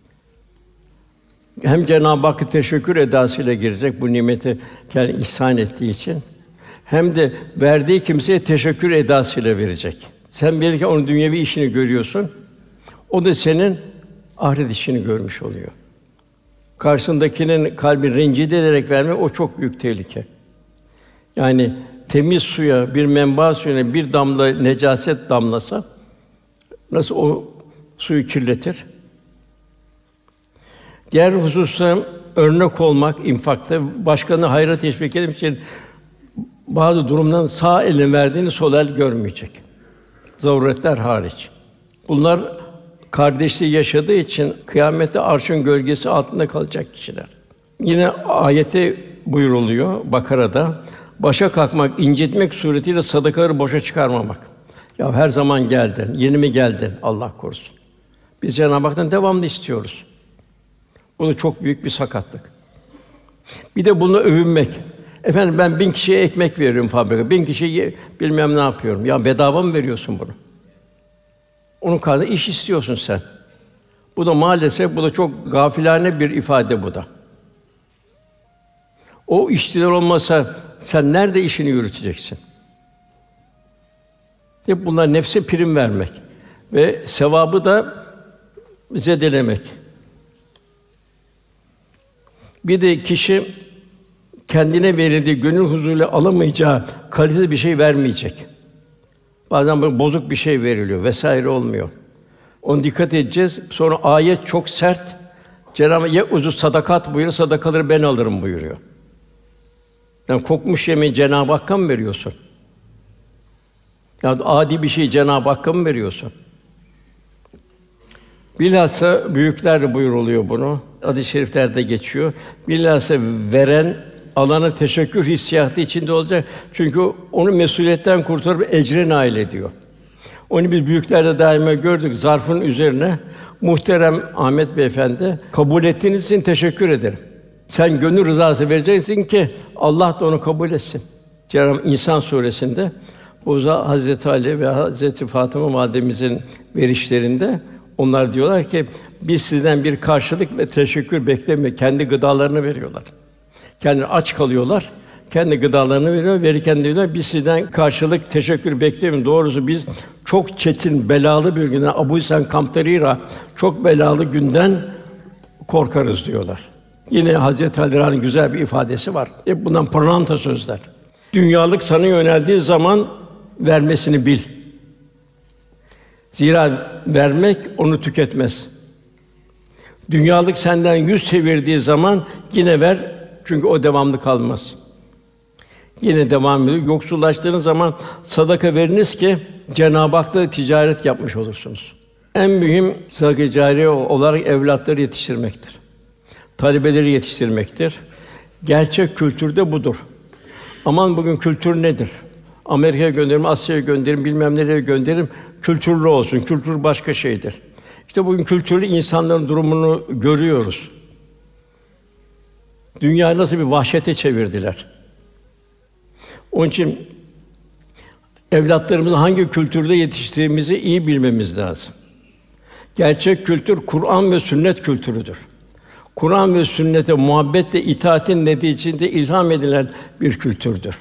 Hem Cenab-ı Hakk'a teşekkür edasıyla girecek bu nimeti kendine ihsan ettiği için, hem de verdiği kimseye teşekkür edasıyla verecek. Sen verirken onun dünyevi işini görüyorsun, o da senin ahiret işini görmüş oluyor. Karşısındakinin kalbi rencide ederek vermek, o çok büyük tehlike. Yani temiz suya, bir menba suyuna bir damla necaset damlasa nasıl o suyu kirletir? Diğer hususta örnek olmak infakta, başkanı hayra teşvik etmek için bazı durumdan sağ elin verdiğini sol el görmeyecek. Zaruretler hariç. Bunlar kardeşliği yaşadığı için kıyamette arşın gölgesi altında kalacak kişiler. Yine ayete buyruluyor Bakara'da. Başa kalkmak, incitmek suretiyle sadakaları boşa çıkarmamak. Ya her zaman geldin, yeni mi geldin? Allah korusun. Biz Cenab-ı Hak'tan devamlı istiyoruz. Bu da çok büyük bir sakatlık. Bir de bununla övünmek. Efendim ben 1000 kişiye ekmek veriyorum fabrika. 1000 kişiye bilmem ne yapıyorum. Ya bedava mı veriyorsun bunu? Onun karşılığında iş istiyorsun sen. Bu da maalesef çok gafilane bir ifade bu da. O işçiler olmasa sen nerede işini yürüteceksin? Hep bunlar nefse prim vermek ve sevabı da zedelemek. Bir de kişi kendine verildiği gönül huzuruyla alamayacağı kaliteli bir şey vermeyecek. Bazen böyle bozuk bir şey veriliyor vesaire olmuyor. Ona dikkat edeceğiz. Sonra ayet çok sert. Cenab-ı Hak "Ye'uzu sadakat" buyuruyor. Sadakaları ben alırım buyuruyor. Yani kokmuş yemeği Cenab-ı Hakk'a mı veriyorsun? Ya adi bir şeyi Cenab-ı Hakk'a mı veriyorsun? Bilhassa büyükler buyuruluyor bunu. Hadis-i şeriflerde geçiyor. Bilhassa veren alana teşekkür hissiyatı içinde olacak. Çünkü onu mesuliyetten kurtarıp ecre nail ediyor. Onu biz büyüklerde daima gördük. Zarfın üzerine muhterem Ahmet Beyefendi, kabul ettiğiniz için teşekkür ederim. Sen gönül rızası vereceksin ki Allah da onu kabul etsin. Cenab-ı İnsan suresinde bu Hazreti Ali ve Hazreti Fatıma validemizin verişlerinde onlar diyorlar ki biz sizden bir karşılık ve teşekkür beklemiyoruz. Kendi gıdalarını veriyorlar. Kendi aç kalıyorlar. Kendi gıdalarını veriyor. Verirken diyorlar biz sizden karşılık, teşekkür beklemiyoruz. Doğrusu biz çok çetin, belalı bir günden, Abu İhsan Kamtarira çok belalı günden korkarız diyorlar. Yine Hazreti Ali'nin güzel bir ifadesi var. Hep bundan pırlanta sözler. Dünyalık sana yöneldiği zaman vermesini bil. Zira vermek onu tüketmez. Dünyalık senden yüz çevirdiği zaman yine ver çünkü o devamlı kalmaz. Yine devam ediyor. Yoksullaştığınız zaman sadaka veriniz ki Cenab-ı Hak'la ticaret yapmış olursunuz. En mühim sadaka-i cariye olarak evlatları yetiştirmektir. Talebeleri yetiştirmektir. Gerçek kültür de budur. Aman bugün kültür nedir? Amerika'ya gönderim, Asya'ya gönderim, bilmem nereye gönderim. Kültürlü olsun. Kültür başka şeydir. İşte bugün kültürlü insanların durumunu görüyoruz. Dünyayı nasıl bir vahşete çevirdiler. Onun için evlatlarımızı hangi kültürde yetiştirdiğimizi iyi bilmemiz lazım. Gerçek kültür Kur'an ve sünnet kültürüdür. Kur'an ve sünnete muhabbetle itaatin neticesinde ilham edilen bir kültürdür.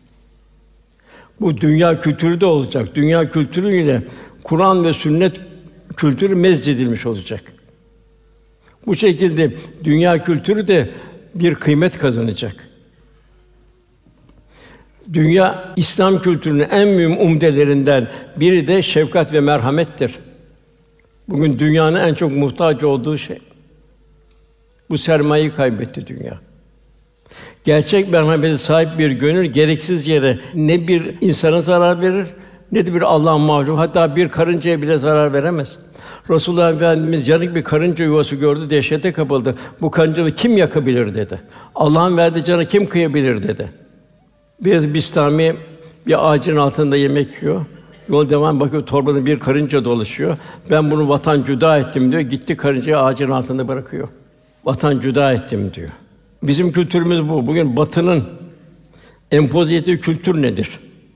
Bu dünya kültürü de olacak. Dünya kültürüyle Kur'an ve sünnet kültürü mezcedilmiş olacak. Bu şekilde dünya kültürü de bir kıymet kazanacak. Dünya İslam kültürünün en mühim umdelerinden biri de şefkat ve merhamettir. Bugün dünyanın en çok muhtaç olduğu şey. Bu sermayeyi kaybetti dünya. Gerçek merhamete sahip bir gönül gereksiz yere ne bir insana zarar verir ne de bir Allah'ın mahluku, hatta bir karıncaya bile zarar veremez. Resulullah Efendimiz yanık bir karınca yuvası gördü, dehşete kapıldı. Bu karıncayı kim yakabilir dedi. Allah'ın verdiği canı kim kıyabilir dedi. Bir Bistami bir ağacın altında yemek yiyor. Yol devam bakıyor, torbada bir karınca dolaşıyor. Ben bunu vatan cüda ettim diyor. Gitti karıncayı ağacın altında bırakıyor. Vatan cüda ettim diyor. Bizim kültürümüz bu. Bugün Batı'nın empoze ettiği kültür nedir?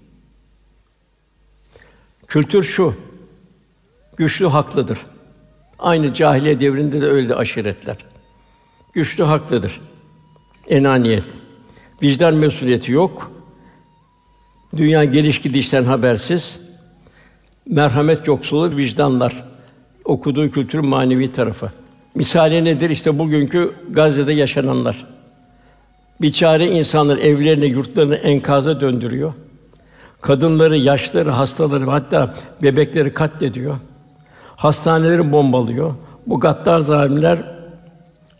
Kültür şu: güçlü haklıdır. Aynı cahiliye devrinde de öyleydi aşiretler. Güçlü haklıdır. Enaniyet. Vicdan mesuliyeti yok. Dünya geliş gidişten habersiz. Merhamet yoksulu vicdanlar. Okuduğu kültürün manevi tarafı. Misali nedir? İşte bugünkü Gazze'de yaşananlar. Biçare insanlar evlerini, yurtlarını enkaza döndürüyor. Kadınları, yaşlıları, hastaları, hatta bebekleri katlediyor. Hastaneleri bombalıyor. Bu gaddar zalimler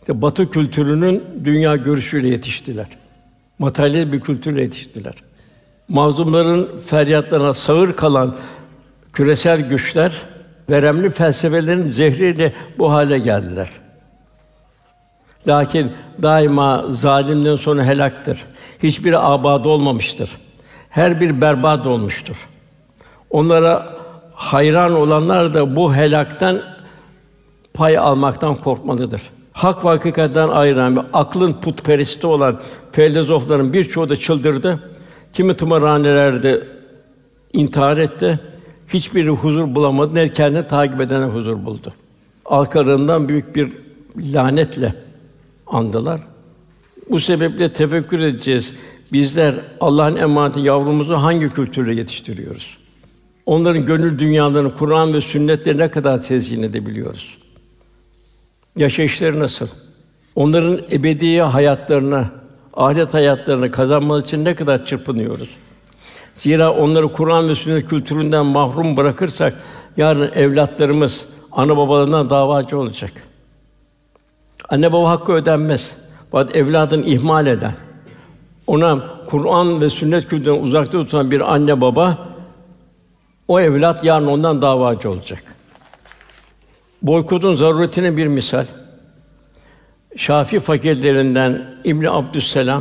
İşte Batı kültürünün dünya görüşüyle yetiştiler. Materyal bir kültürle yetiştiler. Mazlumların feryatlarına sağır kalan küresel güçler, veremli felsefelerin zehriyle bu hale geldiler. Lakin daima zalimden sonra helaktır. Hiçbiri âbâd olmamıştır. Her bir berbat olmuştur. Onlara hayran olanlar da bu helaktan pay almaktan korkmalıdır. Hak ve hakikatten ayıran ve aklın putperesti olan filozofların birçoğu da çıldırdı. Kimi tımarhanelerde intihar etti. Hiçbiri huzur bulamadı. Ne kendini takip edene huzur buldu. Arkalarından büyük bir lanetle andılar. Bu sebeple tefekkür edeceğiz. Bizler Allah'ın emaneti yavrumuzu hangi kültürle yetiştiriyoruz? Onların gönül dünyalarını Kur'an ve sünnetle ne kadar tezyin edebiliyoruz? Yaşayışları nasıl? Onların ebedi hayatlarını, ahiret hayatlarını kazanmak için ne kadar çırpınıyoruz? Zira onları Kur'an ve sünnet kültüründen mahrum bırakırsak yarın evlatlarımız ana babalarından davacı olacak. Anne baba hakkı ödenmez. Fakat evladını ihmal eden, ona Kur'an ve sünnet kültüründen uzakta tutan bir anne baba, o evlat yarın ondan davacı olacak. Boykotun zaruretine bir misal. Şafii fakirlerinden İbn Abdüsselam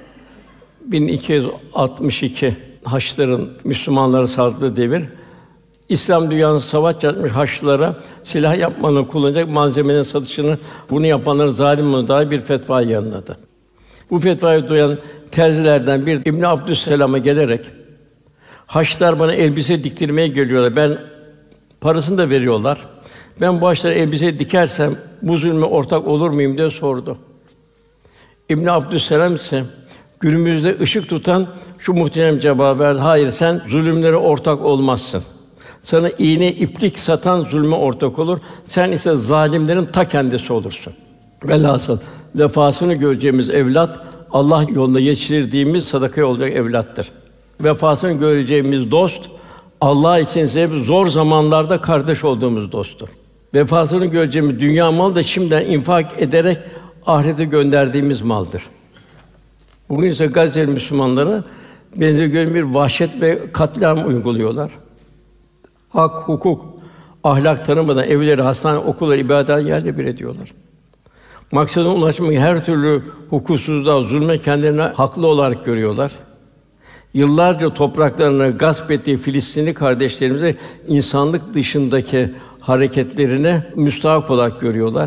1262 Haçlıların Müslümanlara saldırdığı devir, İslam dünyasında savaş yapmış Haçlılara silah yapmanın kullanacak malzemenin satışını, bunu yapanların zalim olduğuna dair bir fetva yayınladı. Bu fetvayı duyan terzilerden biri İbn Abdüsselam'a gelerek, Haçlılar bana elbise diktirmeye geliyorlar. Ben parasını da veriyorlar. Ben bu Haçlılara elbise dikersem bu zulme ortak olur muyum diye sordu. İbn Abdüsselam ise günümüzde ışık tutan şu muhterem cevabı verdi: hayır, sen zulümlere ortak olmazsın. Sana iğne, iplik satan zulme ortak olur. Sen ise zalimlerin ta kendisi olursun. Velhasıl vefasını göreceğimiz evlat, Allah yolunda yetiştirdiğimiz sadaka olacak evlattır. Vefasını göreceğimiz dost, Allah için zor zamanlarda kardeş olduğumuz dosttur. Vefasını göreceğimiz dünya malı da şimdiden infak ederek ahirete gönderdiğimiz maldır. Bugün ise Gazze'li Müslümanlara benzer bir vahşet ve katliam uyguluyorlar. Hak, hukuk, ahlak tanımadan evleri, hastane, okulları, ibadet yerle bir ediyorlar. Maksadına ulaşmak her türlü hukuksuzluğa, zulme kendilerini haklı olarak görüyorlar. Yıllarca topraklarını gasp ettiği Filistinli kardeşlerimize insanlık dışındaki hareketlerine müstahak olarak görüyorlar.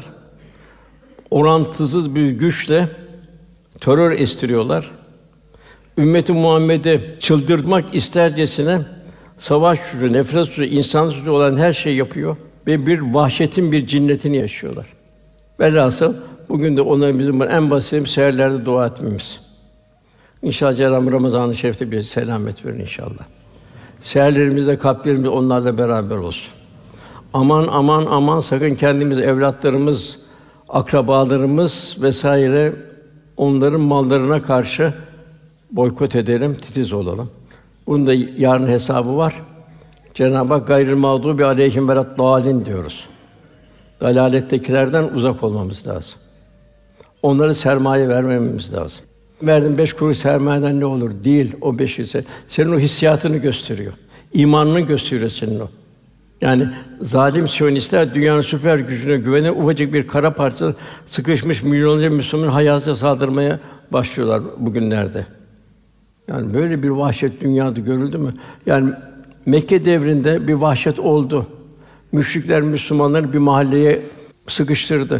Orantısız bir güçle terör estiriyorlar. Ümmeti Muhammed'i çıldırtmak istercesine savaş suçu, nefret suçu, insan suçu olan her şeyi yapıyor ve bir vahşetin bir cinnetini yaşıyorlar. Velhasıl bugün de onların bizim en basit seherlerde dua etmemiz. İnşallah Cenab-ı Ramazan-ı Şerif'te bir selamet verin inşallah. Seherlerimizde kalplerimiz onlarla beraber olsun. Aman aman aman sakın kendimiz, evlatlarımız, akrabalarımız vesaire onların mallarına karşı boykot edelim, titiz olalım. Bunun da yarın hesabı var. Cenab-ı Hak gayril mağdûbi aleyhim veleddâlin diyoruz. Dalalettekilerden uzak olmamız lazım. Onlara sermaye vermememiz lazım. Verdim 5 kuruş sermayeden ne olur? Değil, o 5 ise senin o hissiyatını gösteriyor. İmanını gösteriyor senin o. Yani zalim Siyonistler dünyanın süper gücüne güvenip ufacık bir kara parçası sıkışmış milyonlarca Müslümanın hayatına saldırmaya başlıyorlar bugünlerde. Yani böyle bir vahşet dünyada görüldü mü? Yani Mekke devrinde bir vahşet oldu. Müşrikler Müslümanları bir mahalleye sıkıştırdı.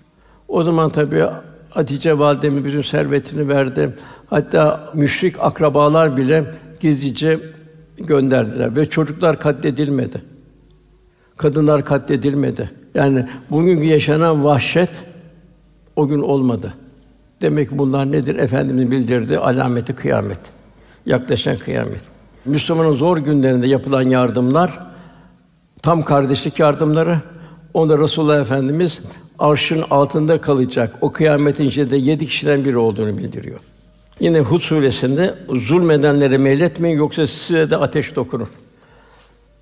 O zaman tabii Hatice validemiz bütün servetini verdi. Hatta müşrik akrabalar bile gizlice gönderdiler ve çocuklar katledilmedi. Kadınlar katledilmedi. Yani bugünkü yaşanan vahşet o gün olmadı. Demek ki bunlar nedir? Efendimiz bildirdi, alameti kıyamet. Yaklaşan kıyamet. Müslümanın zor günlerinde yapılan yardımlar tam kardeşlik yardımları. Onda Resulullah Efendimiz arşın altında kalacak. O kıyametin içinde 7 kişiden biri olduğunu bildiriyor. Yine Hud suresinde zulmedenlere meyletmeyin yoksa size de ateş dokunur.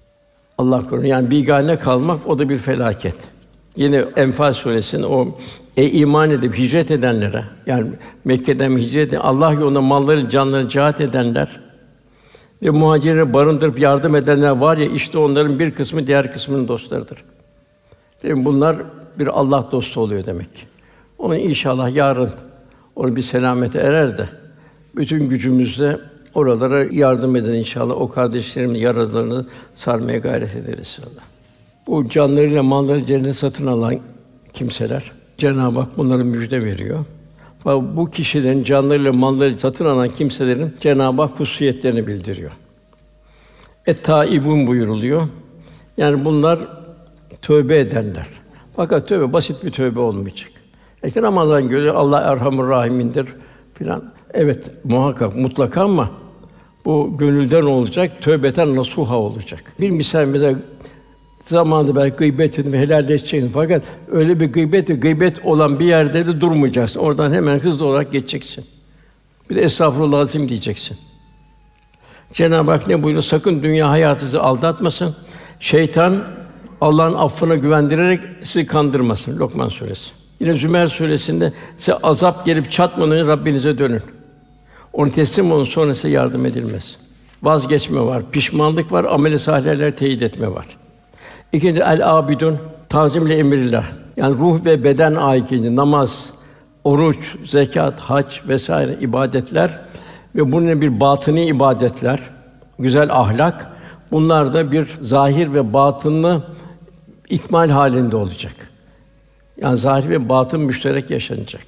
Allah korusun. Yani bigane kalmak o da bir felaket. Yine Enfal suresinin o iman edip hicret edenlere, yani Mekke'den hicret eden, Allah yolunda malları, canlarını cihat edenler ve muhacirleri barındırıp yardım edenler var ya, işte onların bir kısmı diğer kısmının dostlarıdır. Değil mi? Bunlar bir Allah dostu oluyor demek. Onu inşallah yarın onu bir selamete erer de bütün gücümüzle oralara yardım eden inşallah o kardeşlerimin yaralarını sarmaya gayret ederiz inşallah. Bu canlarıyla malları cennet satın alan kimseler, Cenab-ı Hak bunlara müjde veriyor. Bu kişilerin canlarıyla malları satın alan kimselerin Cenab-ı Hak hususiyetlerini bildiriyor. Et-tâibûn buyuruluyor. Yani bunlar tövbe edenler. Fakat tövbe basit bir tövbe olmayacak. Ramazan görüyor, Allah Erhamur Rahim'indir filan. Evet, muhakkak, mutlaka ama bu gönülden olacak, tövbeten nasuha olacak. Bir misal mesela zamanında belki gıybet edin ve helalleşeceksin. Fakat öyle bir gıybet olan bir yerde de durmayacaksın. Oradan hemen hızlı olarak geçeceksin. Bir de estağfurullah azim diyeceksin. Cenab-ı Hak ne buyuruyor? Sakın dünya hayatınızı aldatmasın. Şeytan Allah'ın affına güvendirerek sizi kandırmasın. Lokman suresi. Yine Zümer suresinde size azap gelip çatmadan önce Rabbinize dönün. Onu teslim olun, sonra size yardım edilmez. Vazgeçme var, pişmanlık var, amel-i salihleri teyit etme var. İkinci el-âbidun, tazimle emirler. Yani ruh ve beden âikinde namaz, oruç, zekat, hac vesaire ibadetler ve bunun bir batını ibadetler, güzel ahlak. Bunlar da bir zahir ve batınlı ikmal halinde olacak. Yani zahir ve batın müşterek yaşanacak.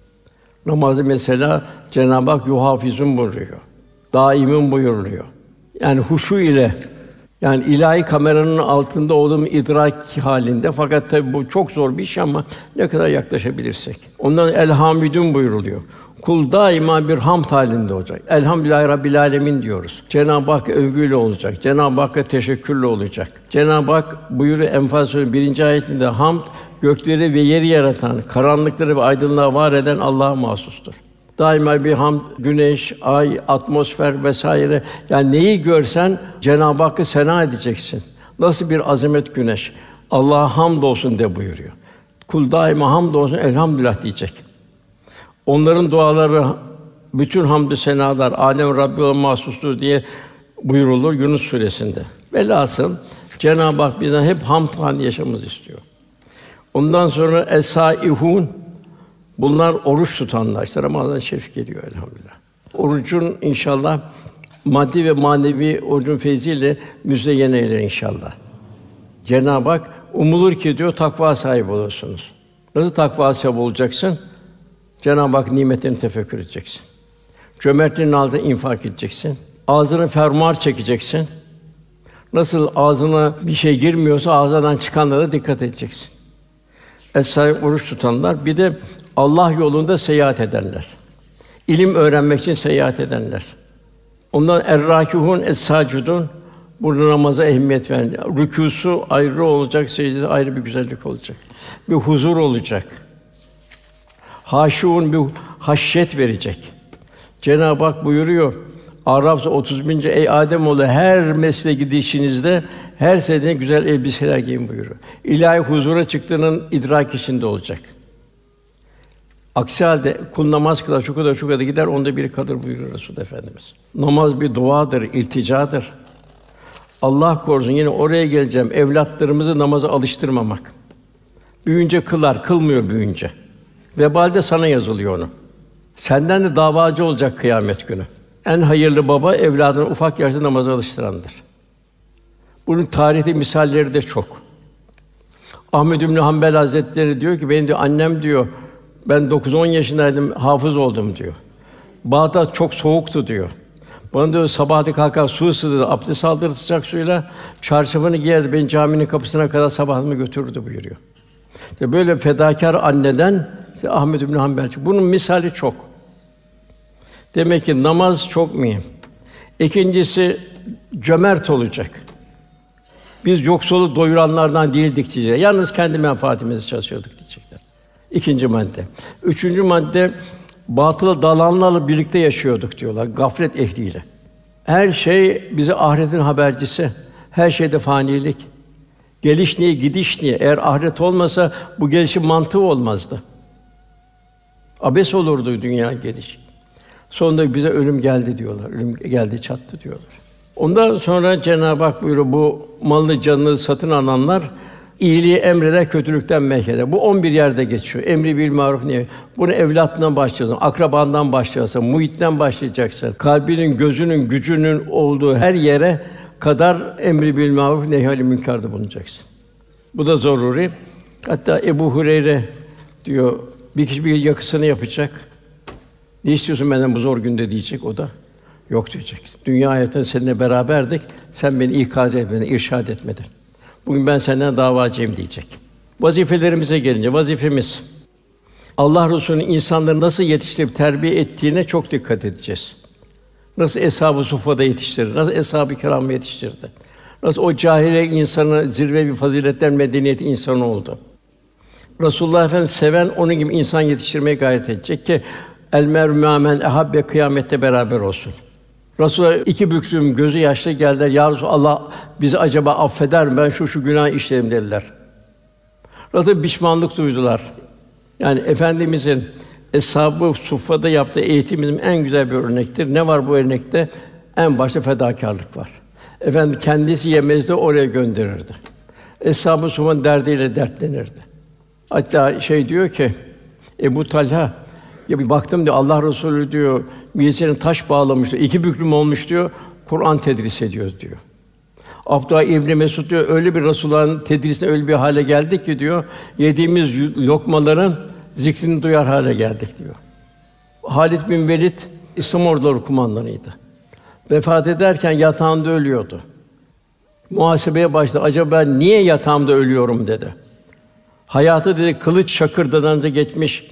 Namazı mesela Cenab-ı Hak yuhafizun buyuruyor. Daimin buyuruluyor. Yani huşu ile, yani ilahi kameranın altında olduğum idrak halinde, fakat tabii bu çok zor bir iş ama ne kadar yaklaşabilirsek. Ondan elhamidun buyuruluyor. Kul daima bir hamd halinde olacak. Elhamdülillahi Rabbil âlemin diyoruz. Cenab-ı Hak övgüyle olacak. Cenab-ı Hakk'a teşekkürle olacak. Cenab-ı Hak buyuruyor Enfal Suresi 1. ayetinde hamd gökleri ve yeri yaratan, karanlıkları ve aydınlığı var eden Allah'a mahsustur. Daima bir hamd, güneş, ay, atmosfer vesaire, yani neyi görsen Cenab-ı Hakk'ı sena edeceksin. Nasıl bir azamet güneş. Allah'a hamdolsun de buyuruyor. Kul daima hamdolsun, elhamdülillah diyecek. Onların duaları bütün hamdü senalar alem Rabbi olan mahsustur diye buyurulur Yunus suresinde. Velhasıl Cenab-ı Hak bizden hep hamd halinde yaşamamızı istiyor. Ondan sonra es-sâihûn, bunlar oruç tutanlar. İşte Ramazan-ı Şerif geliyor elhamdülillah. Orucun inşallah maddi ve manevi orucun feyziyle müzeyyen eyler inşallah. Cenab-ı Hak umulur ki diyor takva sahibi olursunuz. Nasıl takva sahibi olacaksın? Cenab-ı Hak nimetlerini tefekkür edeceksin. Cömertliğin altında infak edeceksin. Ağzını fermuar çekeceksin. Nasıl ağzına bir şey girmiyorsa ağzından çıkanlara dikkat edeceksin. Es-sâim oruç tutanlar, bir de Allah yolunda seyahat edenler. İlim öğrenmek için seyahat edenler. Ondan er-râkûhûn es-sâcidûn, burada namaza ehemmiyet veren. Rükûsu ayrı olacak, secdesi ayrı bir güzellik olacak. Bir huzur olacak. Hâşûn bir haşyet verecek. Cenab-ı Hak buyuruyor A'raf 30. Ey Âdemoğlu, her mesleğe gidişinizde her sene güzel elbiseler giyin buyuruyor. İlahi huzura çıktığının idrak içinde olacak. Aksi halde kul namaz kılar, şu kadar gider, onda biri kalır buyuruyor Resul Efendimiz. Namaz bir duadır, ilticadır. Allah korusun, yine oraya geleceğim. Evlatlarımızı namaza alıştırmamak. Büyüyünce kılar, kılmıyor büyüyünce. Vebal de sana yazılıyor onu. Senden de davacı olacak kıyamet günü. En hayırlı baba evladını ufak yaşta namaza alıştırandır. Bunun tarihte misalleri de çok. Ahmed İbn Hanbel Hazretleri diyor ki benim diyor annem diyor ben 9-10 yaşındaydım hafız oldum diyor. Bağdat çok soğuktu diyor. Bana diyor sabahleyin kalkar su ısıtırdı, abdest aldırdı sıcak suyla, çarşafını giyerdi, beni caminin kapısına kadar sabahımı götürürdü buyuruyor. İşte böyle fedakâr anneden işte Ahmed İbn Hanbel. Bunun misali çok. Demek ki namaz çok mühim. İkincisi cömert olacak. Biz yoksulu doyuranlardan değildik diyecek. Yalnız kendi menfaatimize çalışıyorduk diyecekler. İkinci madde. Üçüncü madde batıla dalanlarla birlikte yaşıyorduk diyorlar. Gaflet ehliyle. Her şey bize ahiretin habercisi. Her şeyde fanilik. Geliş niye, gidiş niye? Eğer ahiret olmasa bu gelişin mantığı olmazdı. Abes olurdu dünya geliş. Sonunda bize ölüm geldi diyorlar. Ölüm geldi çattı diyorlar. Ondan sonra Cenab-ı Hak buyuruyor, bu malını canını satın alanlar iyiliği emreder, kötülükten mehyeder. Bu 11 yerde geçiyor. Emri bil maruf nehy. Bunu evlatından başlayacaksın, akrabandan başlayacaksın, muhitten başlayacaksın. Kalbinin, gözünün, gücünün olduğu her yere kadar emri bil maruf nehy münker'de bulunacaksın. Bu da zaruri. Hatta Ebu Hureyre diyor, bir kişi bir yakısını yapacak. Ne istiyorsun benden bu zor günde diyecek, o da yok diyecek. Dünya hayatında seninle beraberdik, sen beni ikaz etmedin, irşad etmedin. Bugün ben senden davacıyım diyecek. Vazifelerimize gelince, vazifemiz Allah Resulü'nün insanları nasıl yetiştirip terbiye ettiğine çok dikkat edeceğiz. Nasıl Eshab-ı Suffa'da yetiştirdi, nasıl Eshab-ı Kirâm'ı yetiştirdi. Nasıl o cahiliye insanı zirve bir faziletler medeniyeti insanı oldu. Resulullah Efendimiz seven onun gibi insan yetiştirmeye gayret edecek ki el mer'u mâ men ehabbe kıyamette beraber olsun. Resulullah iki büklüm gözü yaşlı geldiler. Ya Resulallah bizi acaba affeder mi? Ben şu günah işledim dediler. Resulullah pişmanlık duydular. Yani Efendimizin Eshab-ı Suffa'da yaptığı eğitimimizin en güzel bir örnektir. Ne var bu örnekte? En başta fedakârlık var. Efendim kendisi yemezdi, oraya gönderirdi. Eshab-ı Suffa'nın derdiyle dertlenirdi. Hatta diyor ki Ebu Talha, ya bir baktım diyor Allah Resulü diyor miğesine taş bağlamış diyor. 2 büklüm olmuş diyor. Kur'an tedris ediyor diyor. Abdullah İbn Mesud diyor öyle bir Resulullah'ın tedrisine öyle bir hale geldik ki diyor yediğimiz lokmaların zikrini duyar hale geldik diyor. Halid bin Velid İslam orduları kumandanıydı. Vefat ederken yatağında ölüyordu. Muhasebeye başladı. Acaba ben niye yatağımda ölüyorum dedi. Hayatı dedi kılıç şakırdadan önce geçmiş,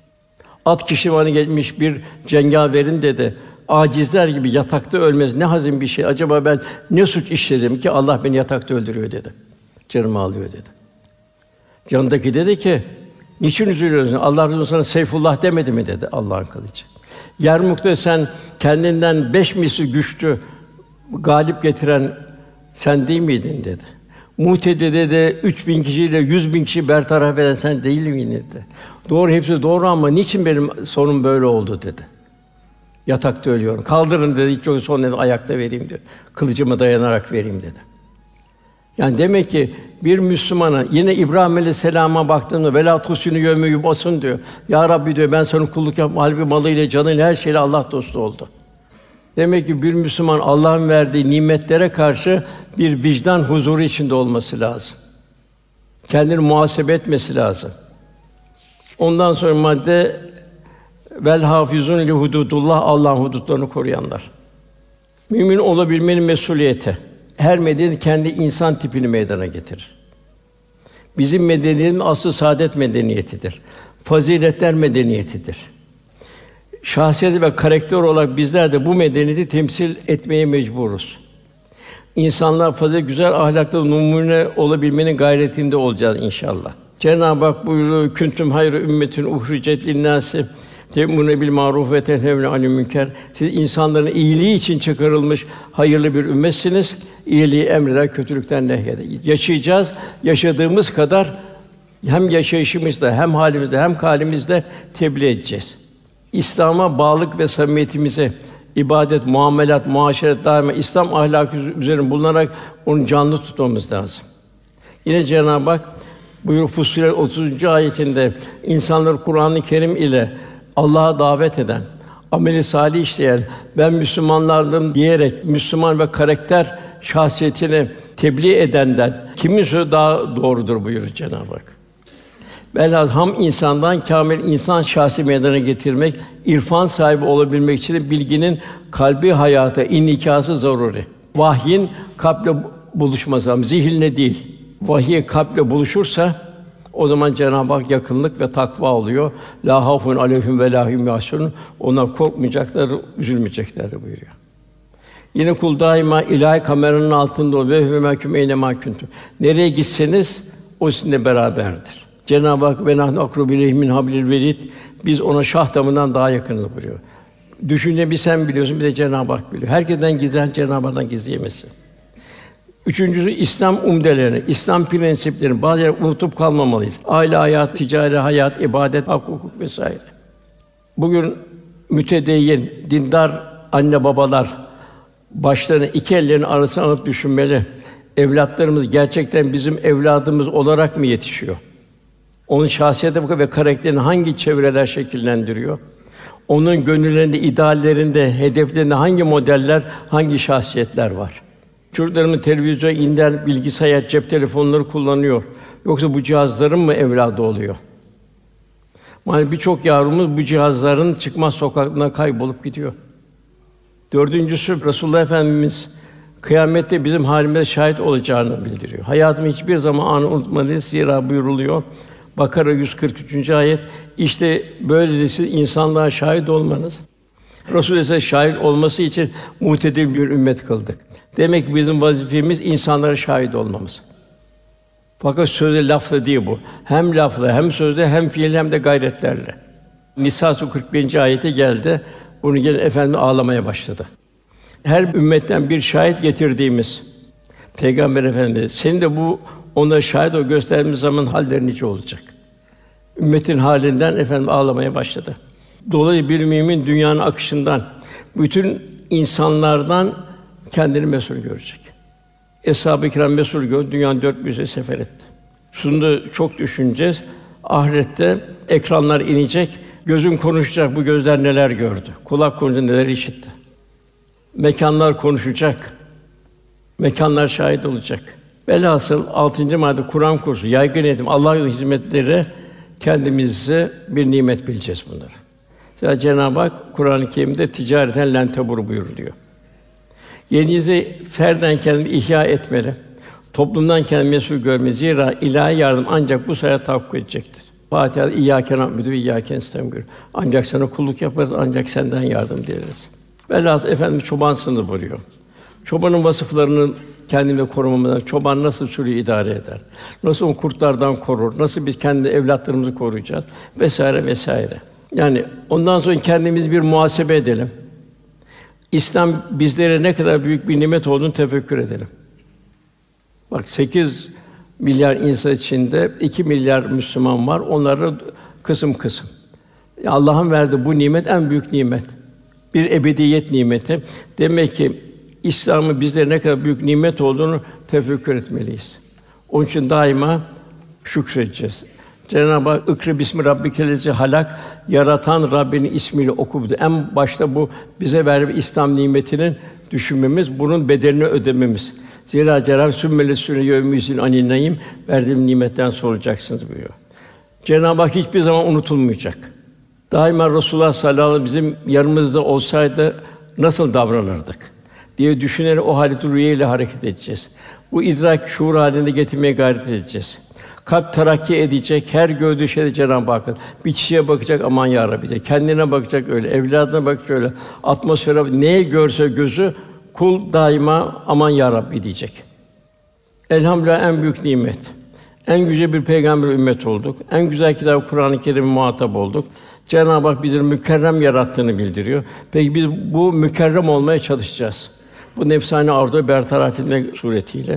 at kişivanı geçmiş bir cengaverin dedi. Acizler gibi yatakta ölmez ne hazin bir şey. Acaba ben ne suç işledim ki Allah beni yatakta öldürüyor dedi. Canımı alıyor dedi. Yanındaki dedi ki, niçin üzülüyorsun? Allah Resulü sana Seyfullah demedi mi dedi Allah'ın kılıcı. Yermuk'ta sen kendinden 5 misli güçlü galip getiren sen değil miydin dedi. Mu'te'de de 3000 kişiyle 100.000 kişi bertaraf eden sen değil miydin dedi. Doğru, hepsi doğru ama niçin benim sonum böyle oldu dedi. Yatakta ölüyorum. Kaldırın dedi, hiç yoksa son dedi, ayakta vereyim diyor. Kılıcıma dayanarak vereyim dedi. Yani demek ki bir Müslümana yine İbrahim Aleyhisselam'a baktığında velâ tusînû yevme yub'asûn diyor. Ya Rabbi diyor ben sana kulluk yapma, halbuki malıyla, canıyla, her şeyle Allah dostu oldu. Demek ki bir Müslüman Allah'ın verdiği nimetlere karşı bir vicdan huzuru içinde olması lazım. Kendini muhasebe etmesi lazım. Ondan sonra madde vel hafizun li hududullah, Allah'ın hudutlarını koruyanlar. Mümin olabilmenin mesuliyeti. Her medeniyet kendi insan tipini meydana getirir. Bizim medeniyetimiz aslı saadet medeniyetidir. Faziletler medeniyetidir. Şahsiyet ve karakter olarak bizler de bu medeniyeti temsil etmeye mecburuz. İnsanlar fazilet, güzel ahlaklı numune olabilmenin gayretinde olacağız inşallah. Cenab-ı Hak buyuruyor: "Kuntum hayra ümmetin uhricet linnâsi te'murûne bil ma'rûf ve tenhevne anil münker." Siz insanların iyiliği için çıkarılmış hayırlı bir ümmetsiniz. İyiliği emreder, kötülükten nehyeder. Yaşayacağız. Yaşadığımız kadar hem yaşayışımızda, hem halimizde, hem kalimizde tebliğ edeceğiz. İslam'a bağlılık ve samimiyetimizi, ibadet, muamelat, muaşeret daima İslam ahlakı üzerine bulunarak onu canlı tutmamız lazım. Yine Cenab-ı Hak buyuruyor Fussilet 30. ayetinde insanları Kur'an-ı Kerim ile Allah'a davet eden, ameli salih işleyen, ben Müslümanlardım diyerek Müslüman ve karakter şahsiyetini tebliğ edenden kimin sözü daha doğrudur buyuruyor Cenab-ı Hak. Velhâsıl ham insandan kâmil insan şahsi meydana getirmek, irfan sahibi olabilmek için de bilginin kalbi hayata inikâsı zaruri. Vahyin kalple buluşması lazım, zihinle değil. Vahiy kalple buluşursa o zaman Cenab-ı Hak yakınlık ve takva oluyor. Lâ hâfun aleyhim ve lâ hum yahzunûn. Onlar korkmayacaklar, üzülmeyecekler buyuruyor. Yine kul daima ilahi kameranın altında ol ve mehkum eyne mâ kuntum. Nereye gitseniz o sizinle beraberdir. Cenab-ı Hak ve nahnu akrabu ileyhi min hablil verid. Biz ona şah damından daha yakınız buyuruyor. Düşünce bir sen biliyorsun, bir de Cenab-ı Hak biliyor. Herkesten gizlen, Cenab-ı Hak'tan gizleyemezsin. Üçüncüsü İslam umdelerini, İslam prensiplerini bazı unutup kalmamalıyız. Aile hayatı, ticari hayat, ibadet, hak, hukuk vesaire. Bugün mütedeyyin, dindar anne babalar başlarını iki ellerinin arasına alıp düşünmeli. Evlatlarımız gerçekten bizim evladımız olarak mı yetişiyor? Onun şahsiyeti ve karakterini hangi çevreler şekillendiriyor? Onun gönüllerinde, ideallerinde, hedeflerinde hangi modeller, hangi şahsiyetler var? Çocuklarımız televizyon, internet, bilgisayar, cep telefonları kullanıyor. Yoksa bu cihazların mı evladı oluyor? Yani birçok yavrumuz bu cihazların çıkmaz sokaklarına kaybolup gidiyor. Dördüncüsü, Resulullah Efendimiz kıyamette bizim halimize şahit olacağını bildiriyor. Hayatımı hiçbir zaman anı unutmadınız, zira buyuruluyor. Bakara 143. ayet. İşte böylece siz insanlığa şahit olmanız, Resulullah şahit olması için muhtedil bir ümmet kıldık. Demek ki bizim vazifemiz insanlara şahit olmamız. Fakat sözle lafla değil bu. Hem lafla, hem sözle, hem fiil, hem de gayretlerle. Nisa 41. ayete geldi. Bunu gelen Efendimiz ağlamaya başladı. Her ümmetten bir şahit getirdiğimiz Peygamber Efendimiz, senin de bu ona şahit o gösterdiğimiz zaman hallerin nice olacak. Ümmetin halinden Efendimiz ağlamaya başladı. Dolayısıyla bir mümin dünyanın akışından, bütün insanlardan kendini mesul görecek. Eshab-ı Kiram mesul gördü, dünyanın dört bir yüzüne sefer etti. Şunu da çok düşüneceğiz. Ahirette ekranlar inecek, gözün konuşacak, bu gözler neler gördü, kulak konuşacak, neler işitti. Mekanlar konuşacak, mekanlar şahit olacak. Velhasıl 6. madde Kur'an kursu, yaygın eğitim, Allah'a hizmetleri kendimize bir nimet bileceğiz bunları. Mesela Cenab-ı Hak Kur'an-ı Kerim'de ticareten len tebur buyuruyor. Yediğinizi ferden kendini ihya etmeli. Toplumdan kendini mesul görmeli. Zira ilahi yardım ancak bu sayede tahakkuk edecektir. Fâtiha İyyâke na'budu ve İyyâke nestaîn buyuruyor. Ancak sana kulluk yaparız, ancak senden yardım dileriz. Velhâsıl Efendimiz çoban sınıfı buyuruyor. Çobanın vasıflarını kendimize korumamız, çoban nasıl sürüyü idare eder? Nasıl o kurtlardan korur? Nasıl biz kendi evlatlarımızı koruyacağız? Vesaire vesaire. Yani ondan sonra kendimiz bir muhasebe edelim. İslam bizlere ne kadar büyük bir nimet olduğunu tefekkür edelim. Bak 8 milyar insan içinde 2 milyar Müslüman var. Onlara kısım kısım. Allah'ın verdiği bu nimet en büyük nimet. Bir ebediyet nimeti. Demek ki İslam'ın bizlere ne kadar büyük nimet olduğunu tefekkür etmeliyiz. Onun için daima şükredeceğiz. Cenab-ı Hak "İkra bismi rabbikellezî halak" yaratan Rabbinin ismiyle oku buyurdu. En başta bu bize verdiği İslam nimetinin düşünmemiz, bunun bedelini ödememiz. Zira Cenab-ı Hak "Sümmele sürûne yevmîzîn anin naîm" verdiğim nimetten sorulacaksınız buyuruyor. Cenab-ı Hak hiçbir zaman unutulmayacak. Daima Resulullah sallallahu aleyhi ve sellem bizim yanımızda olsaydı nasıl davranırdık diye düşünerek o hâlet-i rüyâ ile hareket edeceğiz. Bu idrak şuur halinde getirmeye gayret edeceğiz. Kalp terakki edecek, her gördüğü şeyde Cenab-ı Hakk'ın. Bir çiçeğe bakacak, aman ya Rabbi diyecek. Kendine bakacak öyle, evladına bakacak öyle. Atmosfere, neye görse gözü, kul daima aman ya Rabbi diyecek. Elhamdülillah en büyük nimet. En güzel bir peygamber ümmet olduk. En güzel kitap Kur'an-ı Kerim'e muhatap olduk. Cenab-ı Hak bizi mükerrem yarattığını bildiriyor. Peki biz bu mükerrem olmaya çalışacağız. Bu nefsani arzuyu bertaraf etmek suretiyle.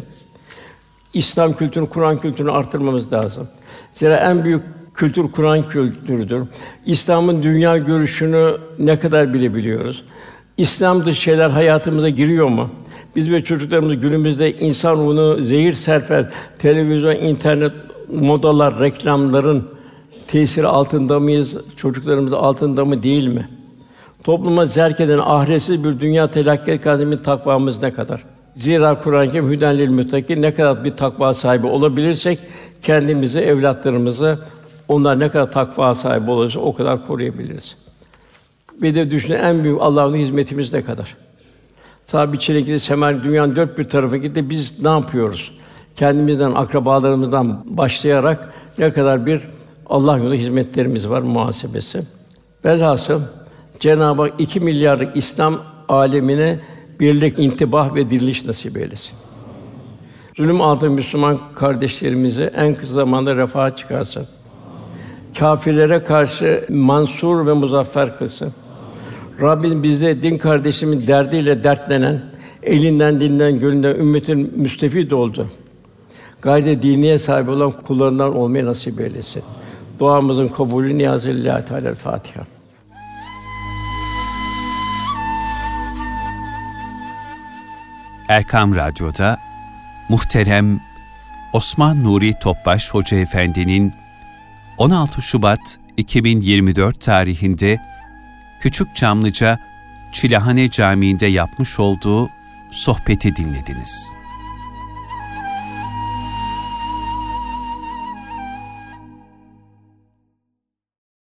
İslam kültürünü, Kur'an kültürünü artırmamız lazım. Zira en büyük kültür Kur'an kültürüdür. İslam'ın dünya görüşünü ne kadar bilebiliyoruz? İslam dışı şeyler hayatımıza giriyor mu? Biz ve çocuklarımız günümüzde insan ruhunu zehir serpen televizyon, internet, modalar, reklamların tesiri altında mıyız? Çocuklarımız altında mı, değil mi? Topluma zerk eden ahiretsiz bir dünya telakki kâzimin takvamız ne kadar? Zira Kur'an-ı Kerim hüden lil muttaki, ne kadar bir takva sahibi olabilirsek kendimizi, evlatlarımızı onlar ne kadar takva sahibi olursa o kadar koruyabiliriz. Bir de düşünün en büyük Allah'ın hizmetimiz ne kadar? Sahabe-i çelikte semer dünyanın dört bir tarafına gitti. Biz ne yapıyoruz? Kendimizden, akrabalarımızdan başlayarak ne kadar bir Allah yolunda hizmetlerimiz var muhasebesi. Velhasıl Cenab-ı Hak 2 milyarlık İslam alemine birlik, intibah ve diriliş nasip eylesin. Zulüm altında Müslüman kardeşlerimizi en kısa zamanda refaha çıkarsın. Kâfirlere karşı mansur ve muzaffer kılsın. Rabbim bize din kardeşimin derdiyle dertlenen, elinden, dinden, gönlünden ümmetin müstefid oldu. Gayret diniye sahip olan kullarından olmayı nasip eylesin. Duamızın kabulü niyazı lillahi Teala Fatiha. Erkam Radyo'da muhterem Osman Nuri Topbaş Hoca Efendi'nin 16 Şubat 2024 tarihinde Küçükçamlıca Çilehane Camii'nde yapmış olduğu sohbeti dinlediniz.